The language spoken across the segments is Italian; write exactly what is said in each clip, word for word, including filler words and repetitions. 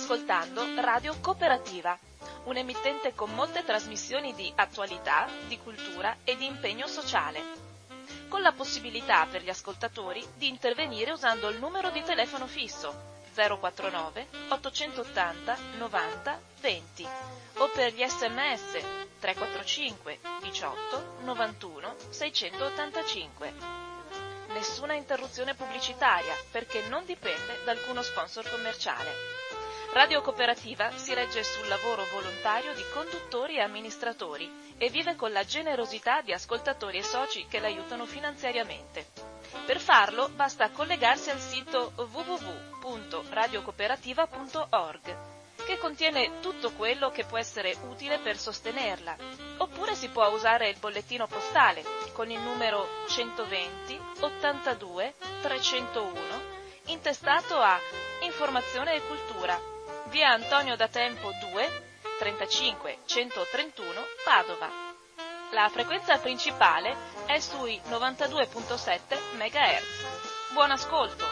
ascoltando Radio Cooperativa, un emittente con molte trasmissioni di attualità, di cultura e di impegno sociale, con la possibilità per gli ascoltatori di intervenire usando il numero di telefono fisso zero quattro nove ottocentottanta novanta venti o per gli sms tre quattro cinque diciotto novantuno seicentottantacinque. Nessuna interruzione pubblicitaria perché non dipende da alcuno sponsor commerciale. Radio Cooperativa si regge sul lavoro volontario di conduttori e amministratori e vive con la generosità di ascoltatori e soci che l'aiutano finanziariamente. Per farlo basta collegarsi al sito w w w punto radiocooperativa punto org, che contiene tutto quello che può essere utile per sostenerla, oppure si può usare il bollettino postale con il numero centoventi ottantadue trecentouno intestato a Informazione e Cultura, via Antonio da Tempo due, trentacinque centotrentuno Padova. La frequenza principale è sui novantadue virgola sette megahertz. Buon ascolto!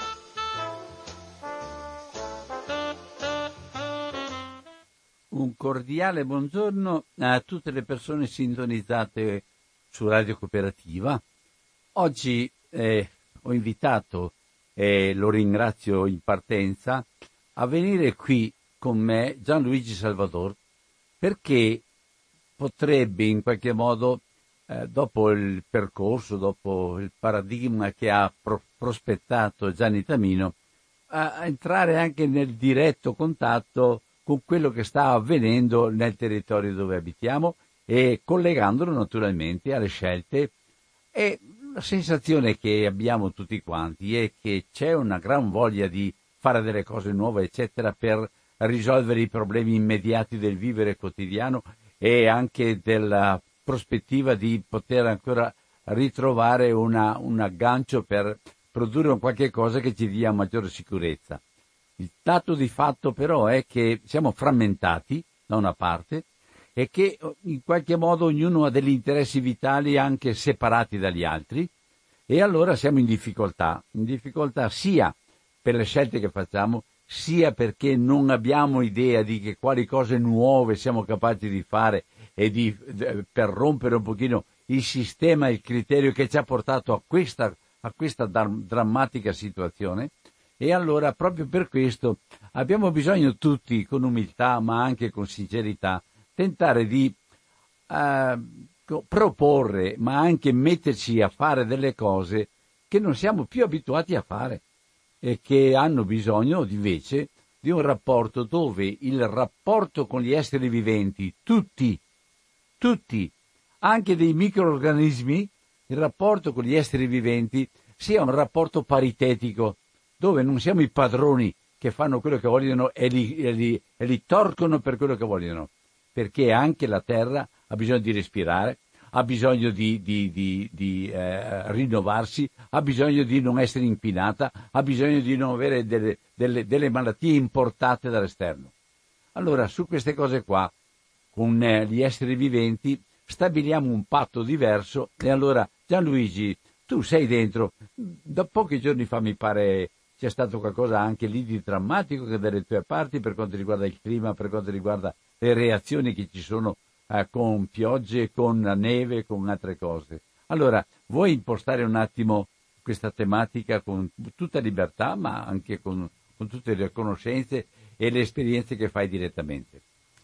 Un cordiale buongiorno a tutte le persone sintonizzate su Radio Cooperativa. Oggi eh, ho invitato, e eh, lo ringrazio in partenza, a venire qui con me Gianluigi Salvador, perché potrebbe in qualche modo, eh, dopo il percorso, dopo il paradigma che ha pro- prospettato Gianni Tamino, a, a entrare anche nel diretto contatto con quello che sta avvenendo nel territorio dove abitiamo e collegandolo naturalmente alle scelte. E la sensazione che abbiamo tutti quanti è che c'è una gran voglia di fare delle cose nuove, eccetera, per risolvere i problemi immediati del vivere quotidiano e anche della prospettiva di poter ancora ritrovare una, un aggancio per produrre un qualche cosa che ci dia maggiore sicurezza. Il dato di fatto però è che siamo frammentati da una parte e che in qualche modo ognuno ha degli interessi vitali anche separati dagli altri, e allora siamo in difficoltà, in difficoltà sia per le scelte che facciamo, sia perché non abbiamo idea di che quali cose nuove siamo capaci di fare e di per rompere un pochino il sistema e il criterio che ci ha portato a questa, a questa dar- drammatica situazione. E allora proprio per questo abbiamo bisogno tutti, con umiltà ma anche con sincerità, tentare di eh, proporre ma anche metterci a fare delle cose che non siamo più abituati a fare e che hanno bisogno invece di un rapporto dove il rapporto con gli esseri viventi, tutti, tutti, anche dei microorganismi, il rapporto con gli esseri viventi sia un rapporto paritetico, dove non siamo i padroni che fanno quello che vogliono e li, e li, e li torcono per quello che vogliono, perché anche la terra ha bisogno di respirare, ha bisogno di, di, di, di eh, rinnovarsi, ha bisogno di non essere inquinata, ha bisogno di non avere delle, delle, delle malattie importate dall'esterno. Allora, su queste cose qua, con eh, gli esseri viventi, stabiliamo un patto diverso. E allora, Gianluigi, tu sei dentro, da pochi giorni fa mi pare c'è stato qualcosa anche lì di drammatico che dalle tue parti per quanto riguarda il clima, per quanto riguarda le reazioni che ci sono eh, con piogge, con neve, con altre cose. Allora, vuoi impostare un attimo questa tematica con tutta libertà, ma anche con, con tutte le conoscenze e le esperienze che fai direttamente?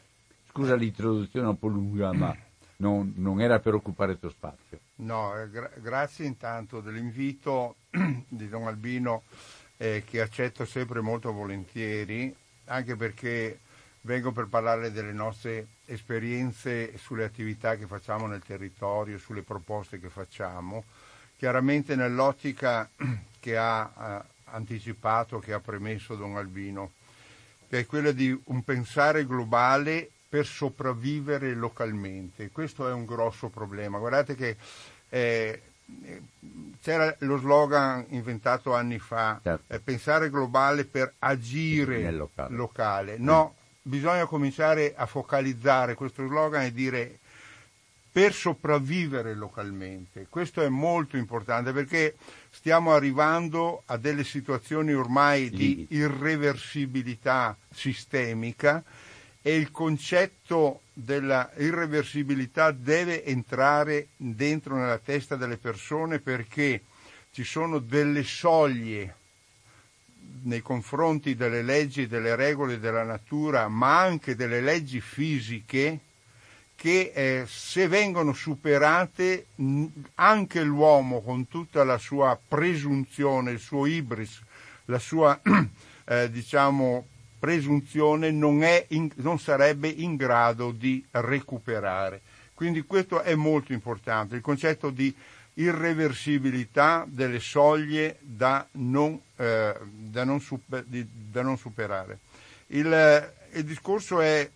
Scusa l'introduzione un po' lunga, ma non, non era per occupare il tuo spazio. No, eh, gra- grazie intanto dell'invito di Don Albino, eh, che accetto sempre molto volentieri, anche perché vengo per parlare delle nostre esperienze sulle attività che facciamo nel territorio, sulle proposte che facciamo, chiaramente nell'ottica che ha eh, anticipato, che ha premesso Don Albino, che è quella di un pensare globale per sopravvivere localmente. Questo è un grosso problema. Guardate che eh, c'era lo slogan inventato anni fa, certo. eh, pensare globale per agire locale. locale. No, mm. bisogna cominciare a focalizzare questo slogan e dire per sopravvivere localmente. Questo è molto importante perché stiamo arrivando a delle situazioni ormai di irreversibilità sistemica e il concetto della irreversibilità deve entrare dentro nella testa delle persone, perché ci sono delle soglie nei confronti delle leggi, delle regole della natura, ma anche delle leggi fisiche, che eh, se vengono superate mh, anche l'uomo, con tutta la sua presunzione, il suo ibris, la sua eh, diciamo presunzione, non, è in, non sarebbe in grado di recuperare. Quindi questo è molto importante, il concetto di irreversibilità delle soglie da non, eh, da non, super, di, da non superare. Il, il discorso è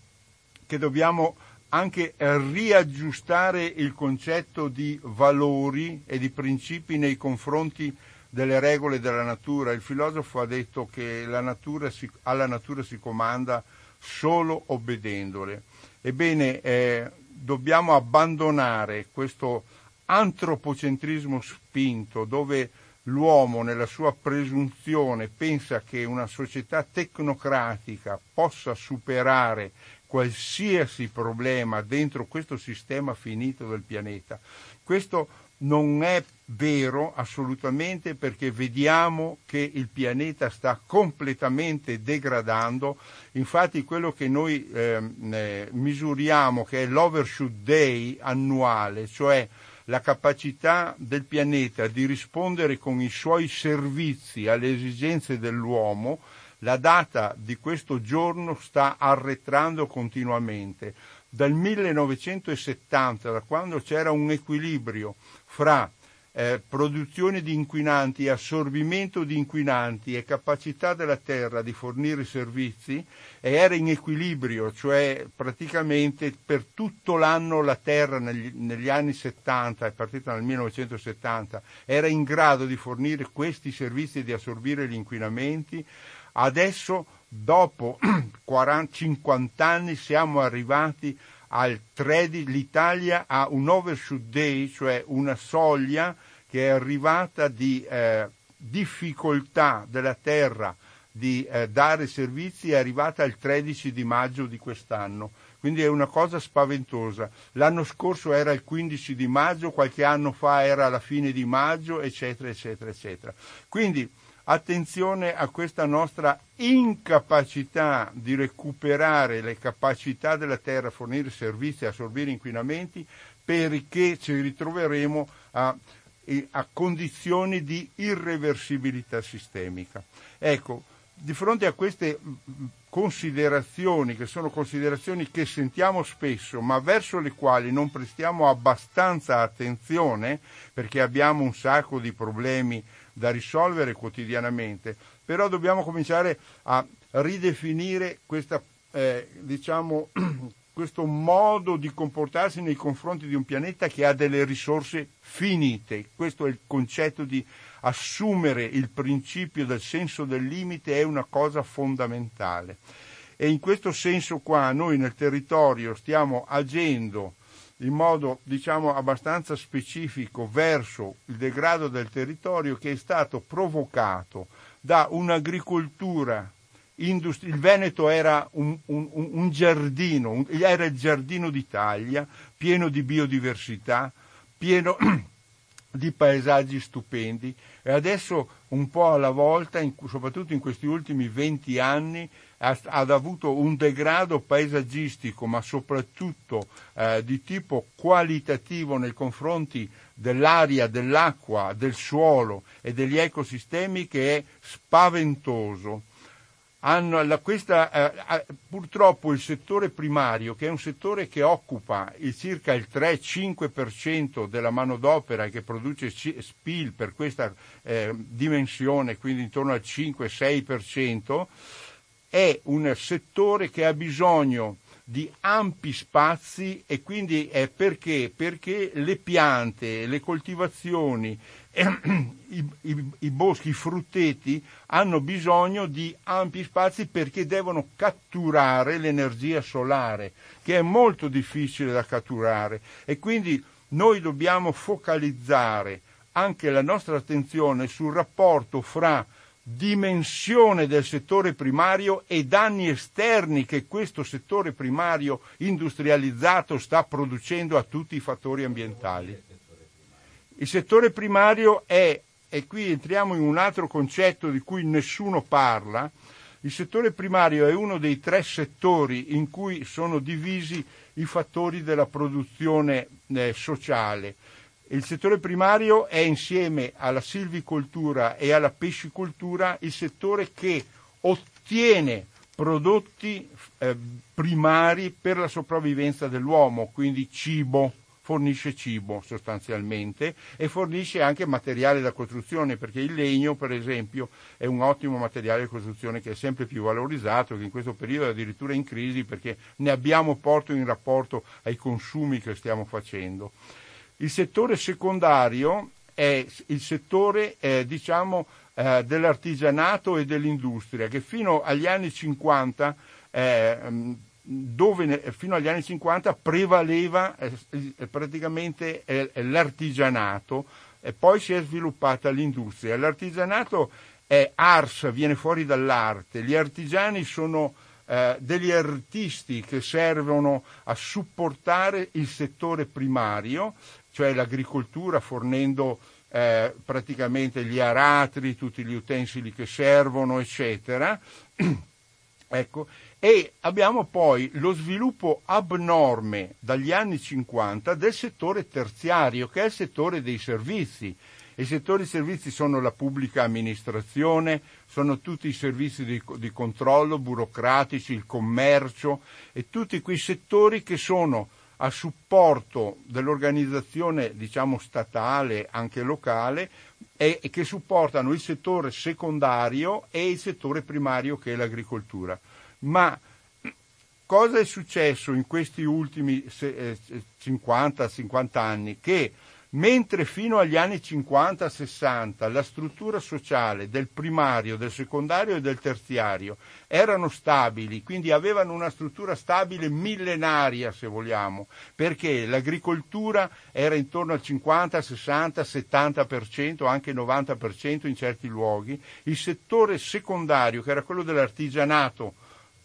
che dobbiamo anche riaggiustare il concetto di valori e di principi nei confronti delle regole della natura. Il filosofo ha detto che la natura si, alla natura si comanda solo obbedendole. Ebbene, eh, dobbiamo abbandonare questo antropocentrismo spinto, dove l'uomo nella sua presunzione pensa che una società tecnocratica possa superare qualsiasi problema dentro questo sistema finito del pianeta. Questo non è vero assolutamente, perché vediamo che il pianeta sta completamente degradando. Infatti quello che noi eh, eh, misuriamo, che è l'Overshoot Day annuale, cioè la capacità del pianeta di rispondere con i suoi servizi alle esigenze dell'uomo, la data di questo giorno sta arretrando continuamente. Dal millenovecentosettanta, da quando c'era un equilibrio fra eh, produzione di inquinanti, assorbimento di inquinanti e capacità della Terra di fornire servizi, e era in equilibrio, cioè praticamente per tutto l'anno la Terra negli, negli anni settanta, è partita nel millenovecentosettanta, era in grado di fornire questi servizi e di assorbire gli inquinamenti. Adesso, dopo quaranta cinquanta anni, siamo arrivati al tredici, l'Italia ha un overshoot day, cioè una soglia che è arrivata di eh, difficoltà della Terra di eh, dare servizi, è arrivata il tredici di maggio di quest'anno. Quindi è una cosa spaventosa. L'anno scorso era il quindici di maggio, qualche anno fa era la fine di maggio, eccetera, eccetera, eccetera. Quindi attenzione a questa nostra incapacità di recuperare le capacità della Terra a fornire servizi e assorbire inquinamenti, perché ci ritroveremo a, a condizioni di irreversibilità sistemica. Ecco, di fronte a queste considerazioni, che sono considerazioni che sentiamo spesso, ma verso le quali non prestiamo abbastanza attenzione, perché abbiamo un sacco di problemi da risolvere quotidianamente, però dobbiamo cominciare a ridefinire questa, eh, diciamo, questo modo di comportarsi nei confronti di un pianeta che ha delle risorse finite. Questo è il concetto di assumere il principio del senso del limite, è una cosa fondamentale. E in questo senso qua noi nel territorio stiamo agendo in modo, diciamo, abbastanza specifico verso il degrado del territorio, che è stato provocato da un'agricoltura industriale. Il Veneto era un, un, un giardino, un, era il giardino d'Italia, pieno di biodiversità, pieno di paesaggi stupendi, e adesso un po' alla volta, in, soprattutto in questi ultimi venti anni, ha, ha avuto un degrado paesaggistico, ma soprattutto eh, di tipo qualitativo nei confronti dell'aria, dell'acqua, del suolo e degli ecosistemi, che è spaventoso. Hanno la, questa, eh, purtroppo il settore primario, che è un settore che occupa il, circa il tre cinque per cento della manodopera e che produce S P I L per questa eh, dimensione, quindi intorno al cinque sei per cento, è un settore che ha bisogno di ampi spazi, e quindi è perché? Perché le piante, le coltivazioni, eh, i, i, i boschi, i frutteti hanno bisogno di ampi spazi perché devono catturare l'energia solare, che è molto difficile da catturare, e quindi noi dobbiamo focalizzare anche la nostra attenzione sul rapporto fra dimensione del settore primario e danni esterni che questo settore primario industrializzato sta producendo a tutti i fattori ambientali. Il settore primario è, e qui entriamo in un altro concetto di cui nessuno parla, il settore primario è uno dei tre settori in cui sono divisi i fattori della produzione eh, sociale. Il settore primario è, insieme alla silvicoltura e alla pescicoltura, il settore che ottiene prodotti eh, primari per la sopravvivenza dell'uomo, quindi cibo, fornisce cibo sostanzialmente, e fornisce anche materiale da costruzione, perché il legno, per esempio, è un ottimo materiale di costruzione che è sempre più valorizzato, che in questo periodo è addirittura in crisi perché ne abbiamo poco in rapporto ai consumi che stiamo facendo. Il settore secondario è il settore eh, diciamo eh, dell'artigianato e dell'industria, che fino agli anni cinquanta eh, dove ne, fino agli anni cinquanta prevaleva eh, praticamente eh, l'artigianato, e poi si è sviluppata l'industria. L'artigianato è ars, viene fuori dall'arte, gli artigiani sono Eh, degli artisti che servono a supportare il settore primario, cioè l'agricoltura, fornendo eh, praticamente gli aratri, tutti gli utensili che servono, eccetera. Ecco, e abbiamo poi lo sviluppo abnorme dagli anni cinquanta del settore terziario, che è il settore dei servizi. I settori dei servizi sono la pubblica amministrazione, sono tutti i servizi di, di controllo burocratici, il commercio e tutti quei settori che sono a supporto dell'organizzazione, diciamo, statale, anche locale, e, e che supportano il settore secondario e il settore primario, che è l'agricoltura. Ma cosa è successo in questi ultimi cinquanta cinquanta anni? Che mentre fino agli anni cinquanta sessanta la struttura sociale del primario, del secondario e del terziario erano stabili, quindi avevano una struttura stabile millenaria, se vogliamo, perché l'agricoltura era intorno al cinquanta, sessanta, settanta per cento, anche novanta per cento in certi luoghi, il settore secondario, che era quello dell'artigianato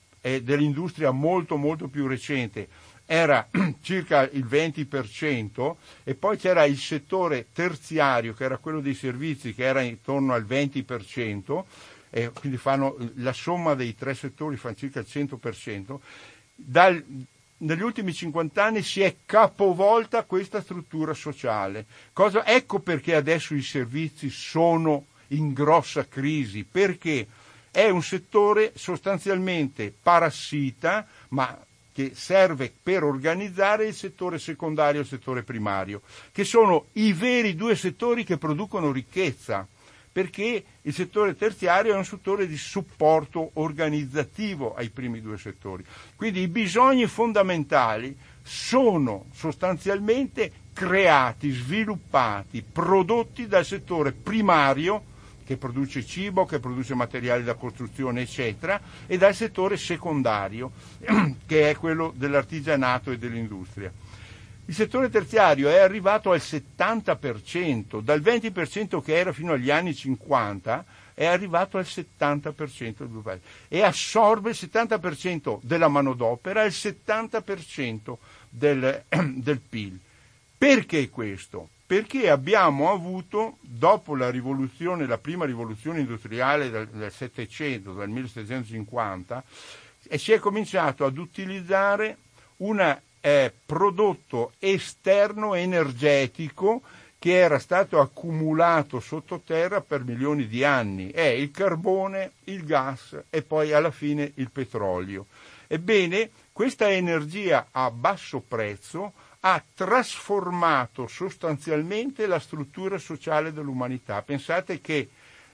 e dell'industria molto molto più recente, era circa il venti per cento, e poi c'era il settore terziario, che era quello dei servizi, che era intorno al venti per cento, e quindi fanno la somma dei tre settori, fanno circa il cento per cento. Dal, negli ultimi cinquanta anni si è capovolta questa struttura sociale. Cosa, ecco perché adesso i servizi sono in grossa crisi, perché è un settore sostanzialmente parassita, ma che serve per organizzare il settore secondario e il settore primario, che sono i veri due settori che producono ricchezza, perché il settore terziario è un settore di supporto organizzativo ai primi due settori. Quindi i bisogni fondamentali sono sostanzialmente creati, sviluppati, prodotti dal settore primario, che produce cibo, che produce materiali da costruzione, eccetera, e dal settore secondario, che è quello dell'artigianato e dell'industria. Il settore terziario è arrivato al settanta per cento, dal venti per cento che era fino agli anni cinquanta, è arrivato al settanta per cento del globale, e assorbe il settanta per cento della manodopera e il settanta per cento del, del P I L. Perché questo? Perché abbiamo avuto, dopo la rivoluzione, la prima rivoluzione industriale del, del Settecento, dal millesettecentocinquanta, e si è cominciato ad utilizzare un eh, prodotto esterno energetico che era stato accumulato sottoterra per milioni di anni. È il carbone, il gas e poi alla fine il petrolio. Ebbene, questa energia a basso prezzo ha trasformato sostanzialmente la struttura sociale dell'umanità. Pensate che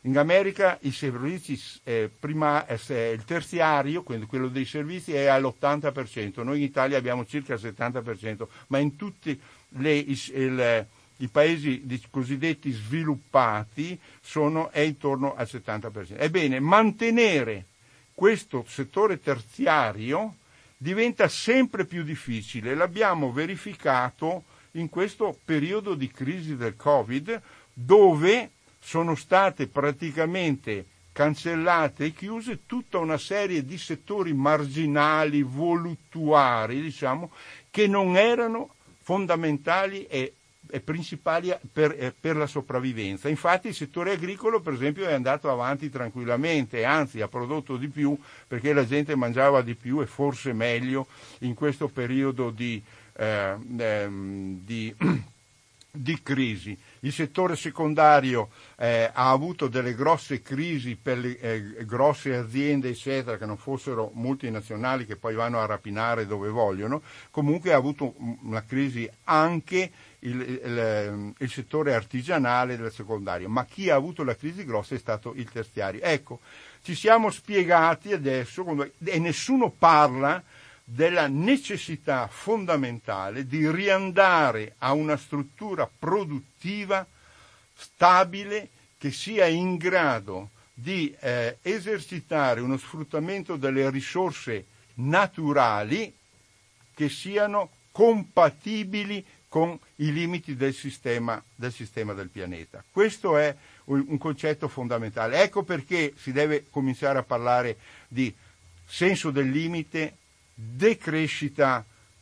In America i servizi eh, prima, eh, il terziario, quindi quello dei servizi, è all'ottanta per cento, noi in Italia abbiamo circa il settanta per cento, ma in tutti le, il, il, i paesi di, cosiddetti sviluppati sono, è intorno al settanta per cento. Ebbene, mantenere questo settore terziario diventa sempre più difficile, l'abbiamo verificato in questo periodo di crisi del Covid, dove sono state praticamente cancellate e chiuse tutta una serie di settori marginali, voluttuari, diciamo, che non erano fondamentali e, e principali per, eh, per la sopravvivenza. Infatti il settore agricolo, per esempio, è andato avanti tranquillamente, anzi ha prodotto di più perché la gente mangiava di più e forse meglio in questo periodo di, eh, ehm, di, di crisi. Il settore secondario eh, ha avuto delle grosse crisi per le eh, grosse aziende, eccetera, che non fossero multinazionali che poi vanno a rapinare dove vogliono. Comunque ha avuto una crisi anche il, il, il settore artigianale del secondario, ma chi ha avuto la crisi grossa è stato il terziario. Ecco, ci siamo spiegati adesso e nessuno parla della necessità fondamentale di riandare a una struttura produttiva stabile che sia in grado di eh, esercitare uno sfruttamento delle risorse naturali che siano compatibili con i limiti del sistema del, sistema del pianeta. Questo è un, un concetto fondamentale. Ecco perché si deve cominciare a parlare di senso del limite, decrescita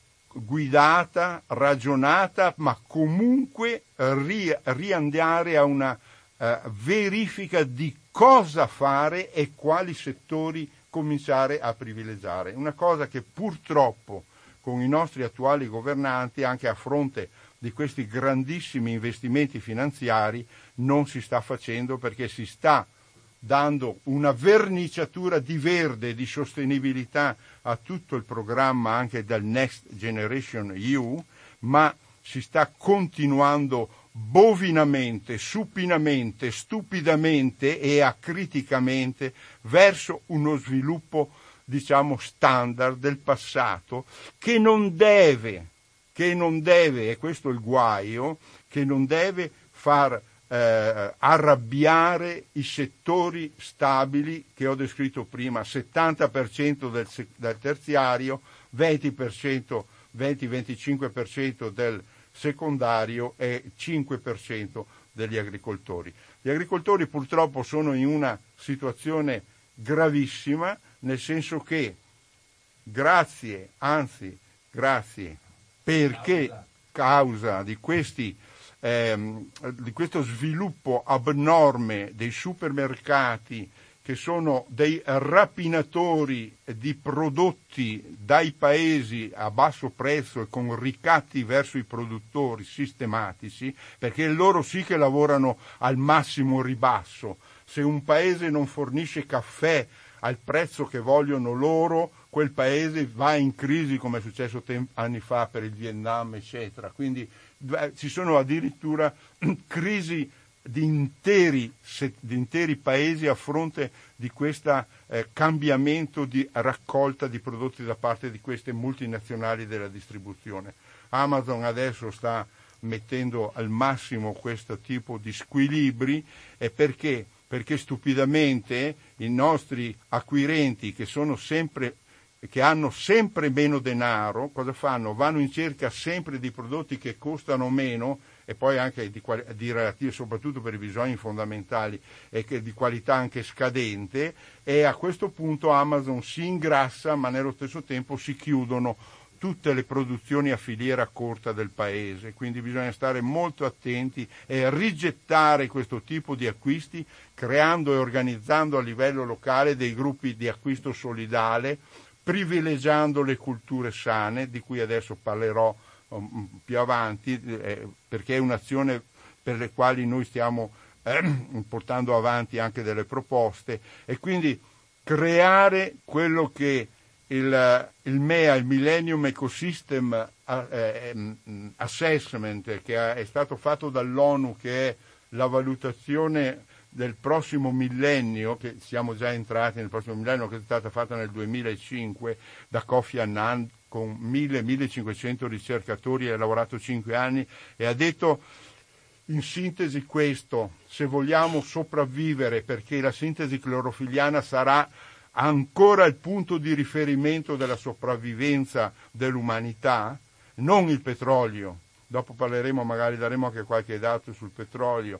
guidata, ragionata, ma comunque ri, riandare a una uh, verifica di cosa fare e quali settori cominciare a privilegiare. Una cosa che purtroppo con i nostri attuali governanti, anche a fronte di questi grandissimi investimenti finanziari, non si sta facendo, perché si sta dando una verniciatura di verde, di sostenibilità a tutto il programma anche del Next Generation E U, ma si sta continuando bovinamente, supinamente, stupidamente e acriticamente verso uno sviluppo, diciamo, standard del passato, che non deve, che non deve, e questo è il guaio, che non deve far Eh, arrabbiare i settori stabili che ho descritto prima, settanta per cento del, del terziario, venti per cento, venti venticinque per cento del secondario e cinque per cento degli agricoltori. Gli agricoltori purtroppo sono in una situazione gravissima, nel senso che grazie, anzi grazie, perché causa di questi Eh, di questo sviluppo abnorme dei supermercati, che sono dei rapinatori di prodotti dai paesi a basso prezzo e con ricatti verso i produttori sistematici, perché loro sì che lavorano al massimo ribasso. Se un paese non fornisce caffè al prezzo che vogliono loro, quel paese va in crisi, come è successo temp- anni fa per il Vietnam, eccetera. Quindi ci sono addirittura crisi di interi, di interi paesi a fronte di questo eh, cambiamento di raccolta di prodotti da parte di queste multinazionali della distribuzione. Amazon adesso sta mettendo al massimo questo tipo di squilibri, e perché? Perché stupidamente i nostri acquirenti, che sono sempre che hanno sempre meno denaro, cosa fanno? Vanno in cerca sempre di prodotti che costano meno, e poi anche di, di relativi, soprattutto per i bisogni fondamentali, e che di qualità anche scadente, e a questo punto Amazon si ingrassa, ma nello stesso tempo si chiudono tutte le produzioni a filiera corta del paese. Quindi bisogna stare molto attenti e rigettare questo tipo di acquisti, creando e organizzando a livello locale dei gruppi di acquisto solidale, privilegiando le culture sane, di cui adesso parlerò um, più avanti, eh, perché è un'azione per le quali noi stiamo eh, portando avanti anche delle proposte, e quindi creare quello che il, il M E A, il Millennium Ecosystem eh, Assessment, che è stato fatto dall'ONU, che è la valutazione del prossimo millennio, che siamo già entrati nel prossimo millennio, che è stata fatta nel duemilacinque da Kofi Annan con mille millecinquecento ricercatori, ha lavorato cinque anni e ha detto in sintesi questo: se vogliamo sopravvivere, perché la sintesi clorofilliana sarà ancora il punto di riferimento della sopravvivenza dell'umanità, non il petrolio, dopo parleremo, magari daremo anche qualche dato sul petrolio,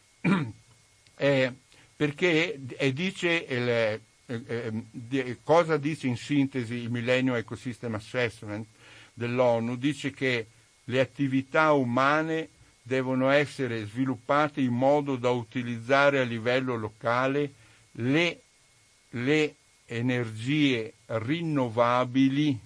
eh, perché eh, dice il, eh, eh, cosa dice in sintesi il Millennium Ecosystem Assessment dell'ONU? Dice che le attività umane devono essere sviluppate in modo da utilizzare a livello locale le, le energie rinnovabili,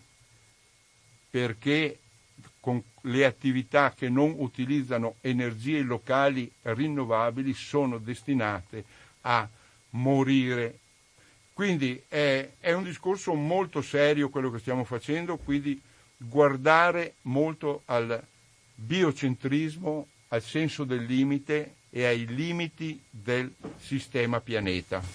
perché con le attività che non utilizzano energie locali rinnovabili sono destinate a morire. Quindi è, è un discorso molto serio quello che stiamo facendo, quindi guardare molto al biocentrismo, al senso del limite e ai limiti del sistema pianeta.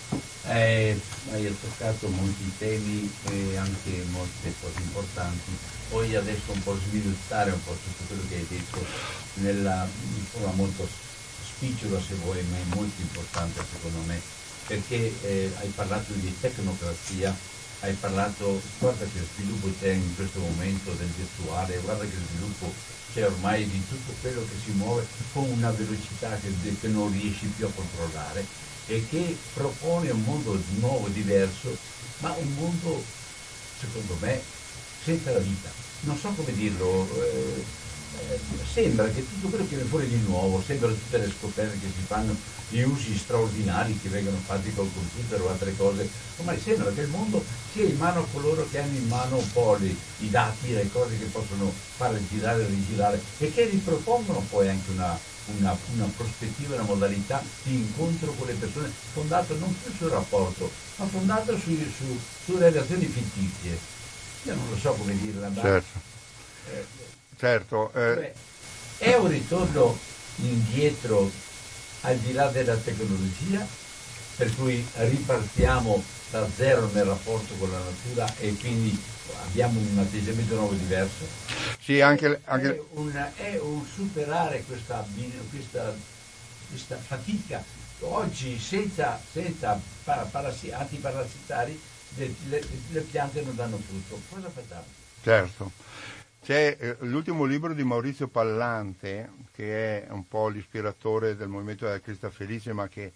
Eh, hai toccato molti temi e anche molte cose importanti. Poi adesso un po' sviluppare un po' tutto quello che hai detto nella, in forma molto spicciola, se vuoi, ma è molto importante secondo me, perché eh, hai parlato di tecnocrazia, hai parlato, guarda che sviluppo c'è in questo momento del virtuale, guarda che sviluppo c'è ormai di tutto quello che si muove con una velocità che, che non riesci più a controllare e che propone un mondo nuovo, diverso, ma un mondo, secondo me, senza la vita. Non so come dirlo, eh, eh, sembra che tutto quello che viene fuori di nuovo, sembrano tutte le scoperte che si fanno, gli usi straordinari che vengono fatti col computer o altre cose, ormai sembra che il mondo sia in mano a coloro che hanno in mano un po' li, i dati, le cose che possono fare girare e rigirare e che ripropongono poi anche una, una, una prospettiva, una modalità di incontro con le persone fondato non più sul rapporto, ma fondato su, su, su relazioni fittizie. Io non lo so come dirla, ma certo, eh, certo eh. Beh, è un ritorno indietro al di là della tecnologia, per cui ripartiamo da zero nel rapporto con la natura e quindi abbiamo un atteggiamento nuovo e diverso. Sì, anche, anche... È, un, è un superare questa, questa, questa fatica. Oggi senza, senza parassi, antiparassitari le, le, le piante non danno frutto. Cosa facciamo? Certo. C'è eh, l'ultimo libro di Maurizio Pallante, che è un po' l'ispiratore del movimento della Crista Felice, ma che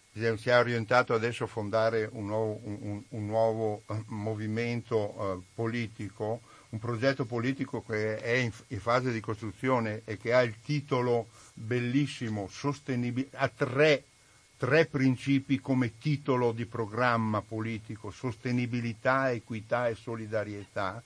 si è orientato adesso a fondare un nuovo, un, un nuovo eh, movimento eh, politico, un progetto politico che è in, in fase di costruzione e che ha il titolo bellissimo, sostenibile, ha tre, tre principi come titolo di programma politico: sostenibilità, equità e solidarietà.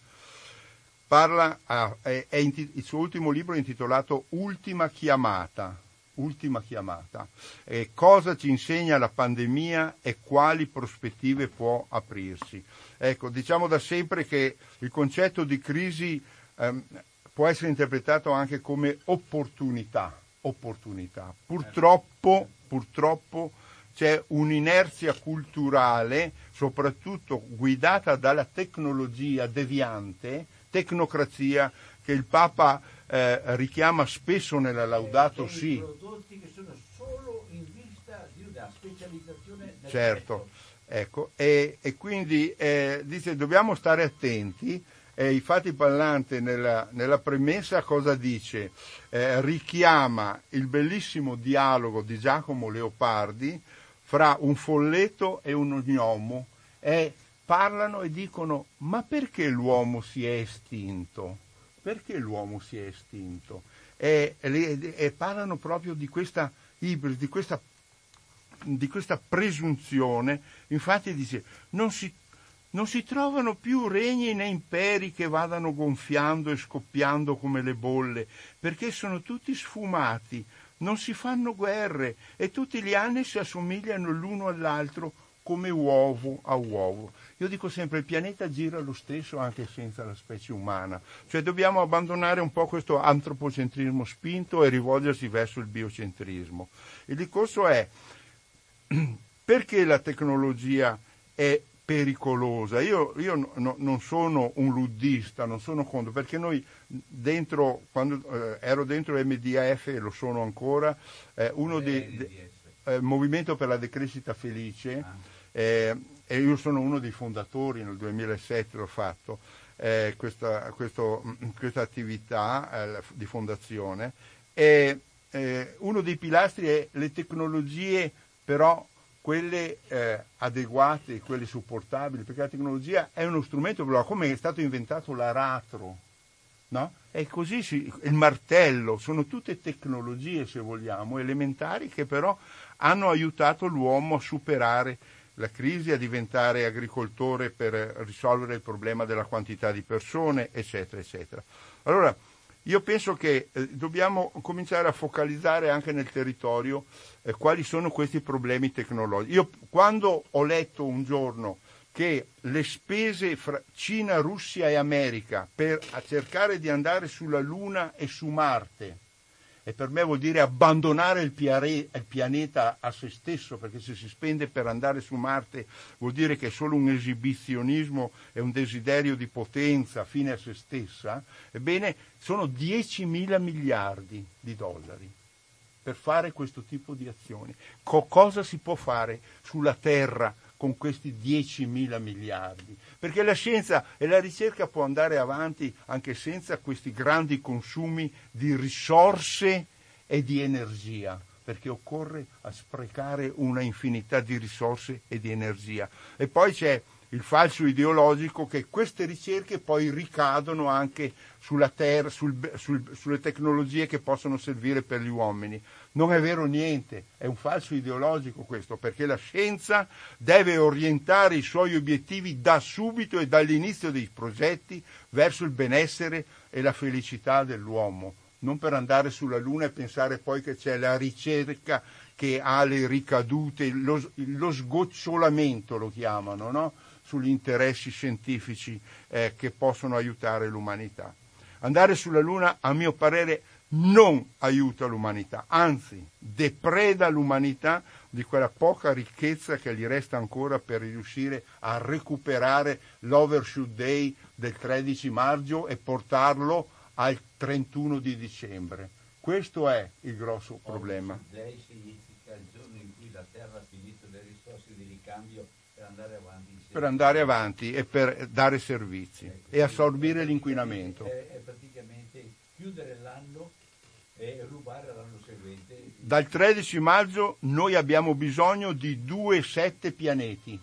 Parla, ah, è, è il suo ultimo libro è intitolato Ultima chiamata, Ultima chiamata. E cosa ci insegna la pandemia e quali prospettive può aprirsi. Ecco, diciamo da sempre che il concetto di crisi ehm, può essere interpretato anche come opportunità, opportunità. Purtroppo, purtroppo c'è un'inerzia culturale, soprattutto guidata dalla tecnologia deviante, tecnocrazia, che il Papa eh, richiama spesso nella Laudato Si. Prodotti che sono solo in vista di una specializzazione nel certo, ecco, e, e quindi eh, dice dobbiamo stare attenti. E infatti Pallante nella, nella premessa cosa dice? Eh, richiama il bellissimo dialogo di Giacomo Leopardi fra un folletto e un gnomo, e parlano e dicono: ma perché l'uomo si è estinto? Perché l'uomo si è estinto? E, e, e parlano proprio di questa ibris, di questa, di questa presunzione. Infatti dice: non si, non si trovano più regni né imperi che vadano gonfiando e scoppiando come le bolle, perché sono tutti sfumati, non si fanno guerre e tutti gli anni si assomigliano l'uno all'altro come uovo a uovo. Io dico sempre: il pianeta gira lo stesso anche senza la specie umana, cioè dobbiamo abbandonare un po' questo antropocentrismo spinto e rivolgersi verso il biocentrismo. Il discorso è: perché la tecnologia è pericolosa? Io, io no, non sono un luddista, non sono contro, perché noi dentro, quando eh, ero dentro M D F, e lo sono ancora, eh, uno dei de, eh, Movimento per la Decrescita Felice, ah. eh, e io sono uno dei fondatori, nel duemilasette l'ho fatto, eh, questa, questo, questa attività eh, di fondazione, e eh, uno dei pilastri è le tecnologie, però quelle eh, adeguate, quelle supportabili, perché la tecnologia è uno strumento, come è stato inventato l'aratro, no? E così si, il martello, sono tutte tecnologie, se vogliamo, elementari, che però hanno aiutato l'uomo a superare la crisi, a diventare agricoltore per risolvere il problema della quantità di persone, eccetera, eccetera. Allora, io penso che eh, dobbiamo cominciare a focalizzare anche nel territorio eh, quali sono questi problemi tecnologici. Io quando ho letto un giorno che le spese fra Cina, Russia e America per cercare di andare sulla Luna e su Marte, e per me vuol dire abbandonare il, piare, il pianeta a se stesso, perché se si spende per andare su Marte vuol dire che è solo un esibizionismo e un desiderio di potenza fine a se stessa, ebbene sono diecimila miliardi di dollari per fare questo tipo di azioni. Co- cosa si può fare sulla Terra con questi diecimila miliardi? Perché la scienza e la ricerca può andare avanti anche senza questi grandi consumi di risorse e di energia, perché occorre sprecare una infinità di risorse e di energia. E poi c'è il falso ideologico che queste ricerche poi ricadono anche sulla terra, sul, sul, sulle tecnologie che possono servire per gli uomini. Non è vero niente, è un falso ideologico questo, perché la scienza deve orientare i suoi obiettivi da subito e dall'inizio dei progetti verso il benessere e la felicità dell'uomo, non per andare sulla Luna e pensare poi che c'è la ricerca che ha le ricadute, lo, lo sgocciolamento lo chiamano, no? Sugli interessi scientifici eh, che possono aiutare l'umanità. Andare sulla Luna, a mio parere, non aiuta l'umanità, anzi depreda l'umanità di quella poca ricchezza che gli resta ancora per riuscire a recuperare l'overshoot day del tredici maggio e portarlo al trentuno di dicembre. Questo è il grosso problema. Overshoot day significa il giorno in cui la Terra ha finito le risorse di ricambio per andare avanti. Per andare avanti e per dare servizi ecco, e assorbire l'inquinamento. È, è praticamente chiudere l'anno e rubare l'anno seguente. Dal tredici maggio noi abbiamo bisogno di due virgola sette pianeti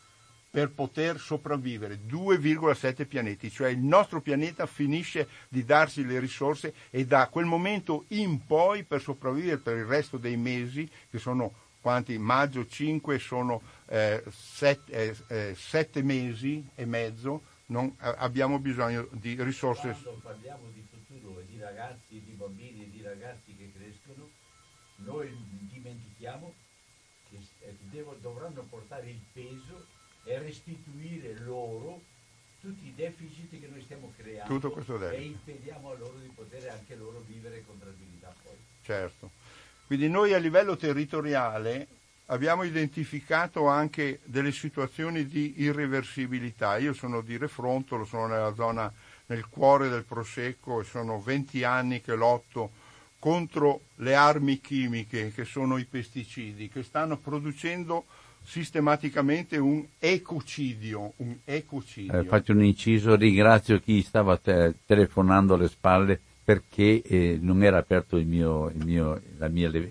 per poter sopravvivere, due virgola sette pianeti, cioè il nostro pianeta finisce di darsi le risorse e da quel momento in poi per sopravvivere per il resto dei mesi, che sono quanti? Maggio cinque sono eh, sette, eh, eh, sette mesi e mezzo, non, eh, abbiamo bisogno di risorse. Quando parliamo di futuro e di ragazzi, di bambini e di ragazzi che crescono, noi dimentichiamo che devo, dovranno portare il peso e restituire loro tutti i deficit che noi stiamo creando. Tutto questo e impediamo a loro di poter anche loro vivere con tranquillità poi. Certo. Quindi noi a livello territoriale abbiamo identificato anche delle situazioni di irreversibilità. Io sono di Refrontolo, sono nella zona, nel cuore del Prosecco e sono venti anni che lotto contro le armi chimiche che sono i pesticidi, che stanno producendo sistematicamente un ecocidio. Un ecocidio. Eh, faccio un inciso, ringrazio chi stava te- telefonando alle spalle perché eh, non era aperto il mio, il mio, la mia, la,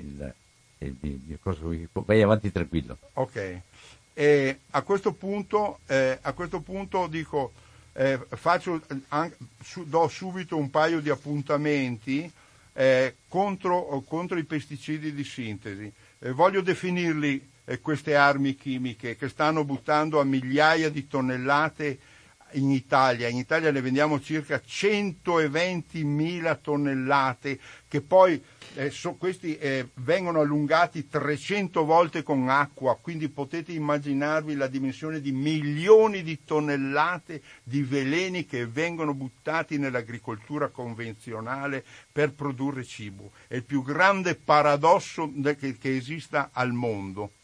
il mio cosa, vai avanti tranquillo. Ok, e a questo punto, eh, a questo punto dico, eh, faccio, anche, su, do subito un paio di appuntamenti eh, contro, contro i pesticidi di sintesi. Eh, voglio definirli eh, queste armi chimiche che stanno buttando a migliaia di tonnellate in Italia. In Italia ne vendiamo circa centoventimila tonnellate che poi eh, so, questi eh, vengono allungati trecento volte con acqua, quindi potete immaginarvi la dimensione di milioni di tonnellate di veleni che vengono buttati nell'agricoltura convenzionale per produrre cibo. È il più grande paradosso che, che esista al mondo.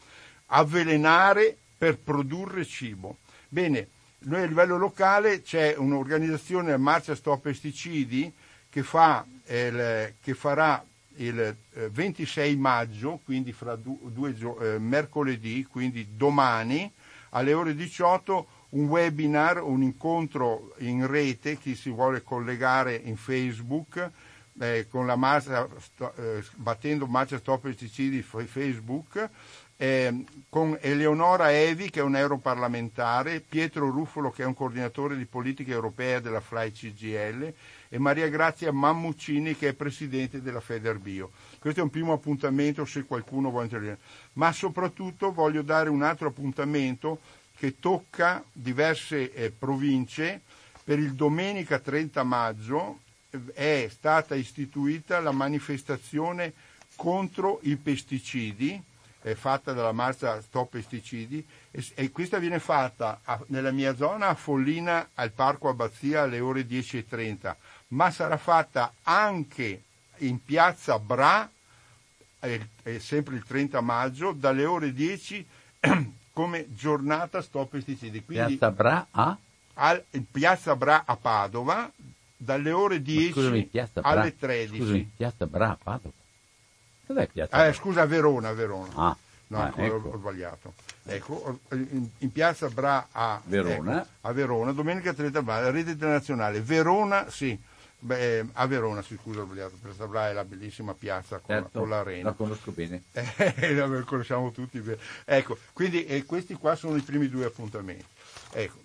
avvelenare per produrre cibo. Bene, noi a livello locale c'è un'organizzazione, Marcia Stop Pesticidi, che, fa, eh, che farà il eh, ventisei maggio, quindi fra due, due eh, mercoledì, quindi domani, alle ore diciotto, un webinar, un incontro in rete, chi si vuole collegare in Facebook, eh, con la Marcia, eh, battendo Marcia Stop Pesticidi Facebook, eh, con Eleonora Evi, che è un europarlamentare, Pietro Ruffolo, che è un coordinatore di politica europea della F L A I C G I L, e Maria Grazia Mammuccini, che è presidente della Federbio. Questo è un primo appuntamento, se qualcuno vuole intervenire. Ma soprattutto voglio dare un altro appuntamento che tocca diverse eh, province. Per il domenica trenta maggio è stata istituita la manifestazione contro i pesticidi, è fatta dalla Marcia Stop Pesticidi, e, e questa viene fatta a, nella mia zona a Follina, al Parco Abbazia, alle ore dieci e trenta, ma sarà fatta anche in piazza Bra, è, è sempre il trenta maggio, dalle ore dieci come giornata Stop Pesticidi. Quindi, piazza Bra a? Al, in piazza Bra a Padova, dalle ore dieci scusami, piazza Bra, alle tredici. Scusami, piazza Bra a Padova? Dov'è piazza Bra? Eh, scusa, Verona, Verona. Ah, no, ah, ecco. ho, ho sbagliato. Ecco, in, in piazza Bra a Verona, ecco, a Verona, domenica trenta maggio, la rete internazionale. Verona, sì. Beh, a Verona, sì, scusa, ho sbagliato. Piazza Bra è la bellissima piazza con, certo, la, con l'arena. La conosco bene. Eh, la conosciamo tutti bene. Ecco, quindi eh, questi qua sono i primi due appuntamenti. Ecco.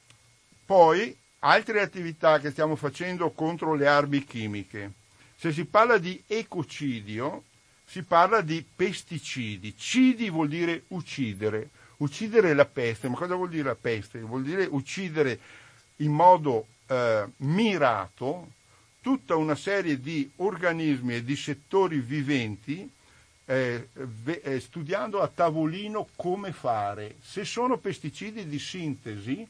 Poi, altre attività che stiamo facendo contro le armi chimiche. Se si parla di ecocidio, si parla di pesticidi. Cidi vuol dire uccidere. Uccidere la peste. Ma cosa vuol dire la peste? Vuol dire uccidere in modo eh, mirato tutta una serie di organismi e di settori viventi, eh, eh, studiando a tavolino come fare. Se sono pesticidi di sintesi,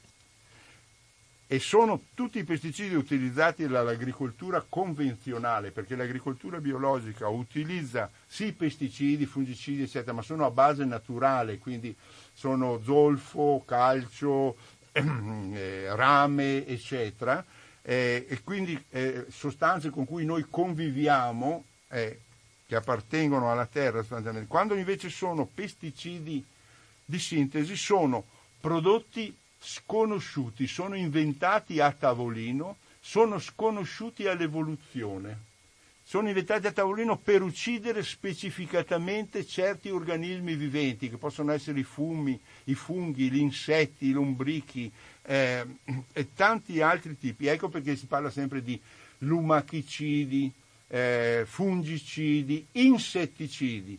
e sono tutti i pesticidi utilizzati dall'agricoltura convenzionale, perché l'agricoltura biologica utilizza sì pesticidi, fungicidi eccetera, ma sono a base naturale, quindi sono zolfo, calcio, eh, rame eccetera, eh, e quindi eh, sostanze con cui noi conviviamo, eh, che appartengono alla terra sostanzialmente. Quando invece sono pesticidi di sintesi, sono prodotti sconosciuti, sono inventati a tavolino, sono sconosciuti all'evoluzione, sono inventati a tavolino per uccidere specificatamente certi organismi viventi, che possono essere i fumi, i funghi, gli insetti, i lombrichi eh, e tanti altri tipi. Ecco perché si parla sempre di lumachicidi, eh, fungicidi, insetticidi.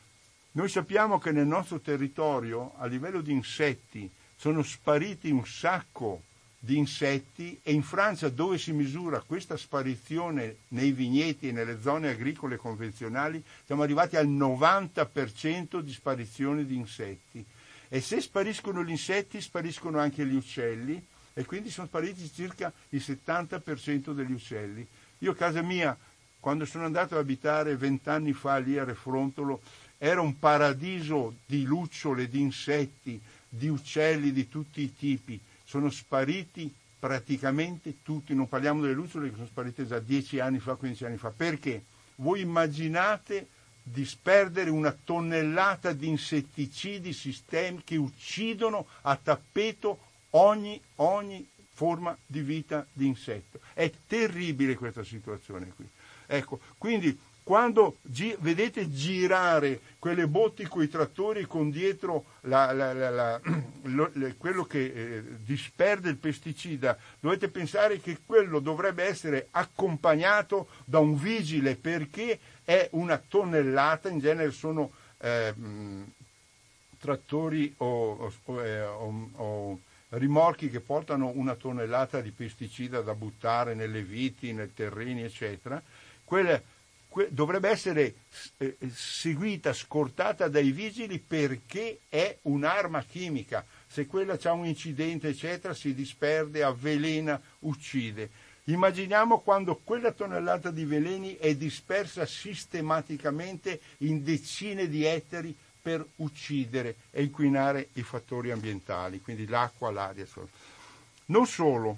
Noi sappiamo che nel nostro territorio, a livello di insetti, sono spariti un sacco di insetti, e in Francia, dove si misura questa sparizione nei vigneti e nelle zone agricole convenzionali, siamo arrivati al novanta per cento di sparizione di insetti. E se spariscono gli insetti, spariscono anche gli uccelli, e quindi sono spariti circa il settanta per cento degli uccelli. Io a casa mia, quando sono andato ad abitare vent'anni fa lì a Refrontolo, era un paradiso di lucciole, di insetti, di uccelli di tutti i tipi. Sono spariti praticamente tutti, non parliamo delle lucciole che sono sparite già dieci anni fa, quindici anni fa. Perché? Voi immaginate di sperdere una tonnellata di insetticidi, sistemi che uccidono a tappeto ogni, ogni forma di vita di insetto. È terribile questa situazione qui. Ecco, quindi quando gi- vedete girare quelle botti con i trattori con dietro la, la, la, la, lo, le, quello che eh, disperde il pesticida, dovete pensare che quello dovrebbe essere accompagnato da un vigile, perché è una tonnellata, in genere sono eh, mh, trattori o, o, eh, o, o rimorchi che portano una tonnellata di pesticida da buttare nelle viti, nei terreni eccetera. Quelle dovrebbe essere eh, seguita, scortata dai vigili, perché è un'arma chimica. Se quella c'ha un incidente eccetera, si disperde, avvelena, uccide. Immaginiamo quando quella tonnellata di veleni è dispersa sistematicamente in decine di ettari per uccidere e inquinare i fattori ambientali, quindi l'acqua, l'aria. Non solo,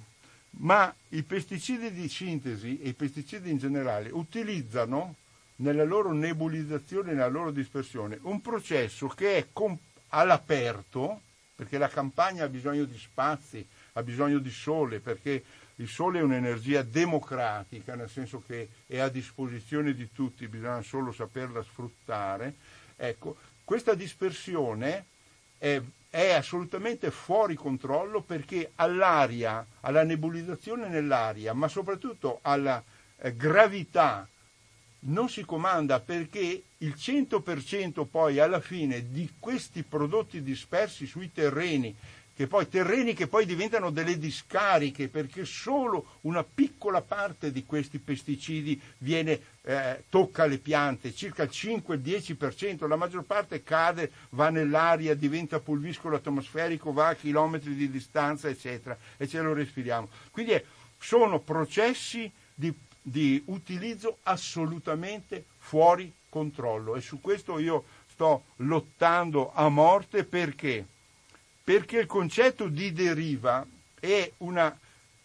ma i pesticidi di sintesi e i pesticidi in generale utilizzano nella loro nebulizzazione e nella loro dispersione un processo che è comp- all'aperto, perché la campagna ha bisogno di spazi, ha bisogno di sole, perché il sole è un'energia democratica, nel senso che è a disposizione di tutti, bisogna solo saperla sfruttare. Ecco, questa dispersione è, è assolutamente fuori controllo, perché all'aria, alla nebulizzazione nell'aria, ma soprattutto alla eh, gravità, non si comanda, perché il cento per cento poi alla fine di questi prodotti dispersi sui terreni, che poi terreni che poi diventano delle discariche, perché solo una piccola parte di questi pesticidi viene, eh, tocca le piante, circa il cinque dieci per cento, la maggior parte cade, va nell'aria, diventa pulviscolo atmosferico, va a chilometri di distanza, eccetera, e ce lo respiriamo. Quindi è, sono processi di, di utilizzo assolutamente fuori controllo, e su questo io sto lottando a morte. Perché? Perché il concetto di deriva è, una,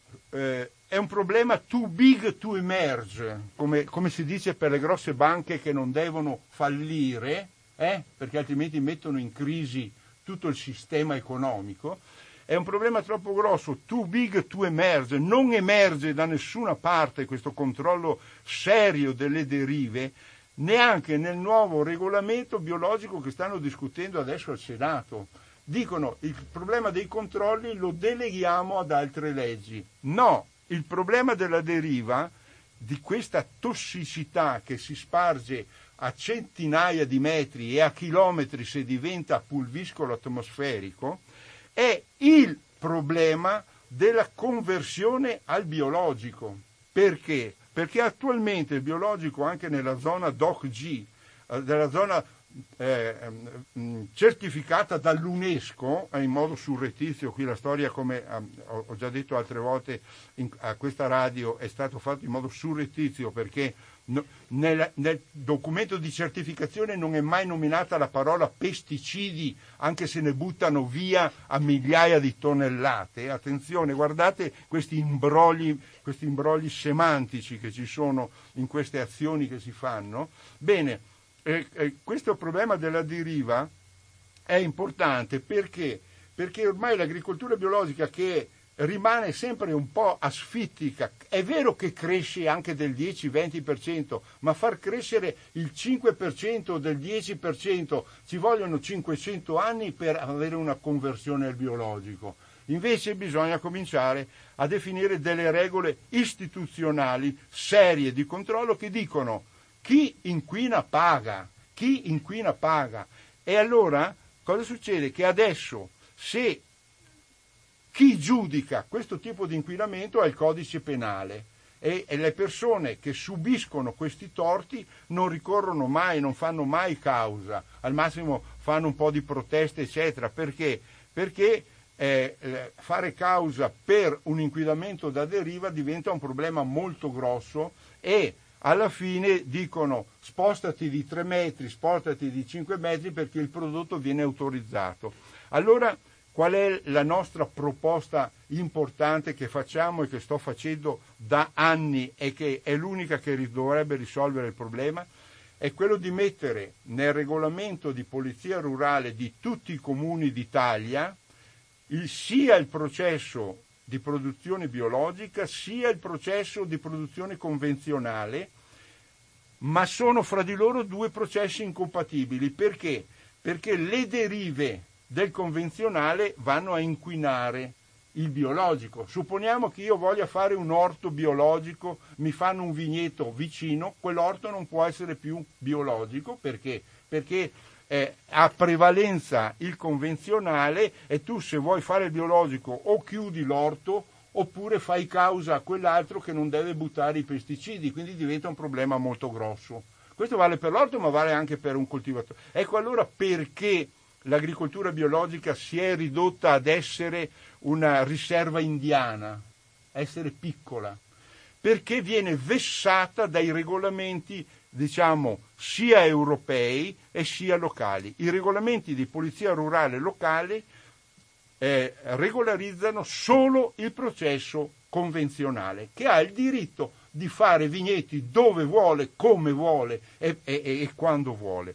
eh, è un problema too big to emerge, come, come si dice per le grosse banche che non devono fallire, eh, perché altrimenti mettono in crisi tutto il sistema economico. È un problema troppo grosso, too big to emerge, non emerge da nessuna parte questo controllo serio delle derive, neanche nel nuovo regolamento biologico che stanno discutendo adesso al Senato. Dicono il problema dei controlli lo deleghiamo ad altre leggi. No, il problema della deriva, di questa tossicità che si sparge a centinaia di metri e a chilometri se diventa pulviscolo atmosferico, è il problema della conversione al biologico. Perché? Perché attualmente il biologico, anche nella zona D O C G, della zona Eh, certificata dall'UNESCO, eh, in modo surrettizio, qui la storia, come eh, ho già detto altre volte in, a questa radio, è stato fatto in modo surrettizio, perché no, nel, nel documento di certificazione non è mai nominata la parola pesticidi, anche se ne buttano via a migliaia di tonnellate. Attenzione, guardate questi imbrogli, questi imbrogli semantici che ci sono in queste azioni che si fanno. Bene, Eh, eh, questo problema della deriva è importante perché? Perché ormai l'agricoltura biologica, che rimane sempre un po' asfittica, è vero che cresce anche del dieci venti per cento, ma far crescere il cinque per cento del dieci per cento ci vogliono cinquecento anni per avere una conversione al biologico. Invece bisogna cominciare a definire delle regole istituzionali serie di controllo che dicono: chi inquina paga, chi inquina paga. E allora cosa succede? Che adesso, se chi giudica questo tipo di inquinamento ha il codice penale, e, e le persone che subiscono questi torti non ricorrono mai, non fanno mai causa, al massimo fanno un po' di proteste, eccetera. Perché? Perché eh, fare causa per un inquinamento da deriva diventa un problema molto grosso, e alla fine dicono: spostati di tre metri, spostati di cinque metri, perché il prodotto viene autorizzato. Allora, qual è la nostra proposta importante che facciamo e che sto facendo da anni, e che è l'unica che dovrebbe risolvere il problema? È quello di mettere nel regolamento di polizia rurale di tutti i comuni d'Italia il, sia il processo di produzione biologica sia il processo di produzione convenzionale, ma sono fra di loro due processi incompatibili. Perché? Perché le derive del convenzionale vanno a inquinare il biologico. Supponiamo che io voglia fare un orto biologico, mi fanno un vigneto vicino, quell'orto non può essere più biologico. Perché? Perché Eh, ha prevalenza il convenzionale, e tu, se vuoi fare il biologico, o chiudi l'orto oppure fai causa a quell'altro che non deve buttare i pesticidi, quindi diventa un problema molto grosso. Questo vale per l'orto, ma vale anche per un coltivatore. Ecco allora perché l'agricoltura biologica si è ridotta ad essere una riserva indiana, essere piccola, perché viene vessata dai regolamenti diciamo, sia europei e sia locali. I regolamenti di polizia rurale locale eh, regolarizzano solo il processo convenzionale, che ha il diritto di fare vigneti dove vuole, come vuole e, e, e quando vuole.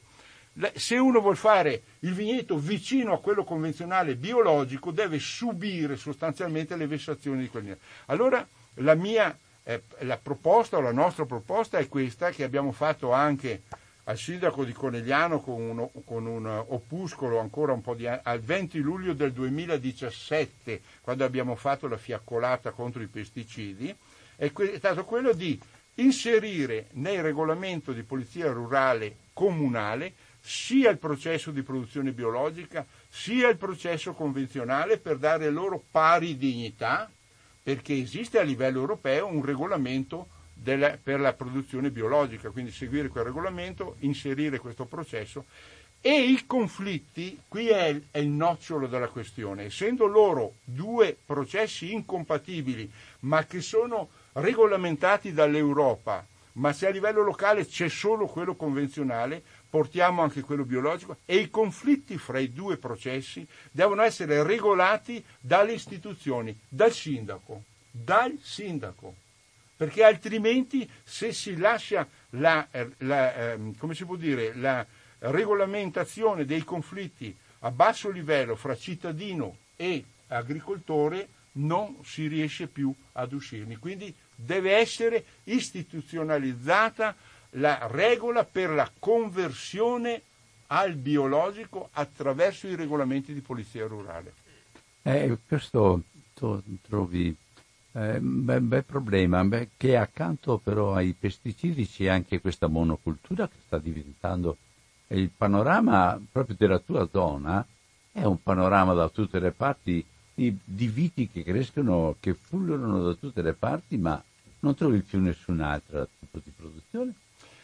Se uno vuol fare il vigneto vicino a quello convenzionale biologico, deve subire sostanzialmente le vessazioni di quel vigneto. Allora la mia eh, la proposta o la nostra proposta è questa, che abbiamo fatto anche al sindaco di Conegliano con un, con un opuscolo ancora un po' di anni, al venti luglio del duemiladiciassette, quando abbiamo fatto la fiaccolata contro i pesticidi, è, que- è stato quello di inserire nel regolamento di polizia rurale comunale sia il processo di produzione biologica sia il processo convenzionale, per dare loro pari dignità, perché esiste a livello europeo un regolamento della, per la produzione biologica, quindi seguire quel regolamento, inserire questo processo. E i conflitti, qui è, è il nocciolo della questione, essendo loro due processi incompatibili ma che sono regolamentati dall'Europa, ma se a livello locale c'è solo quello convenzionale, portiamo anche quello biologico, e i conflitti fra i due processi devono essere regolati dalle istituzioni, dal sindaco, dal sindaco, perché altrimenti se si lascia la, la eh, come si può dire, la regolamentazione dei conflitti a basso livello fra cittadino e agricoltore, non si riesce più ad uscirne. Quindi deve essere istituzionalizzata la regola per la conversione al biologico attraverso i regolamenti di polizia rurale. Eh, questo tu trovi eh, un bel, bel problema, beh, che accanto però ai pesticidi c'è anche questa monocultura che sta diventando il panorama proprio della tua zona, è un panorama da tutte le parti, di, di viti che crescono, che pullulano da tutte le parti, ma non trovi più nessun altro tipo di produzione?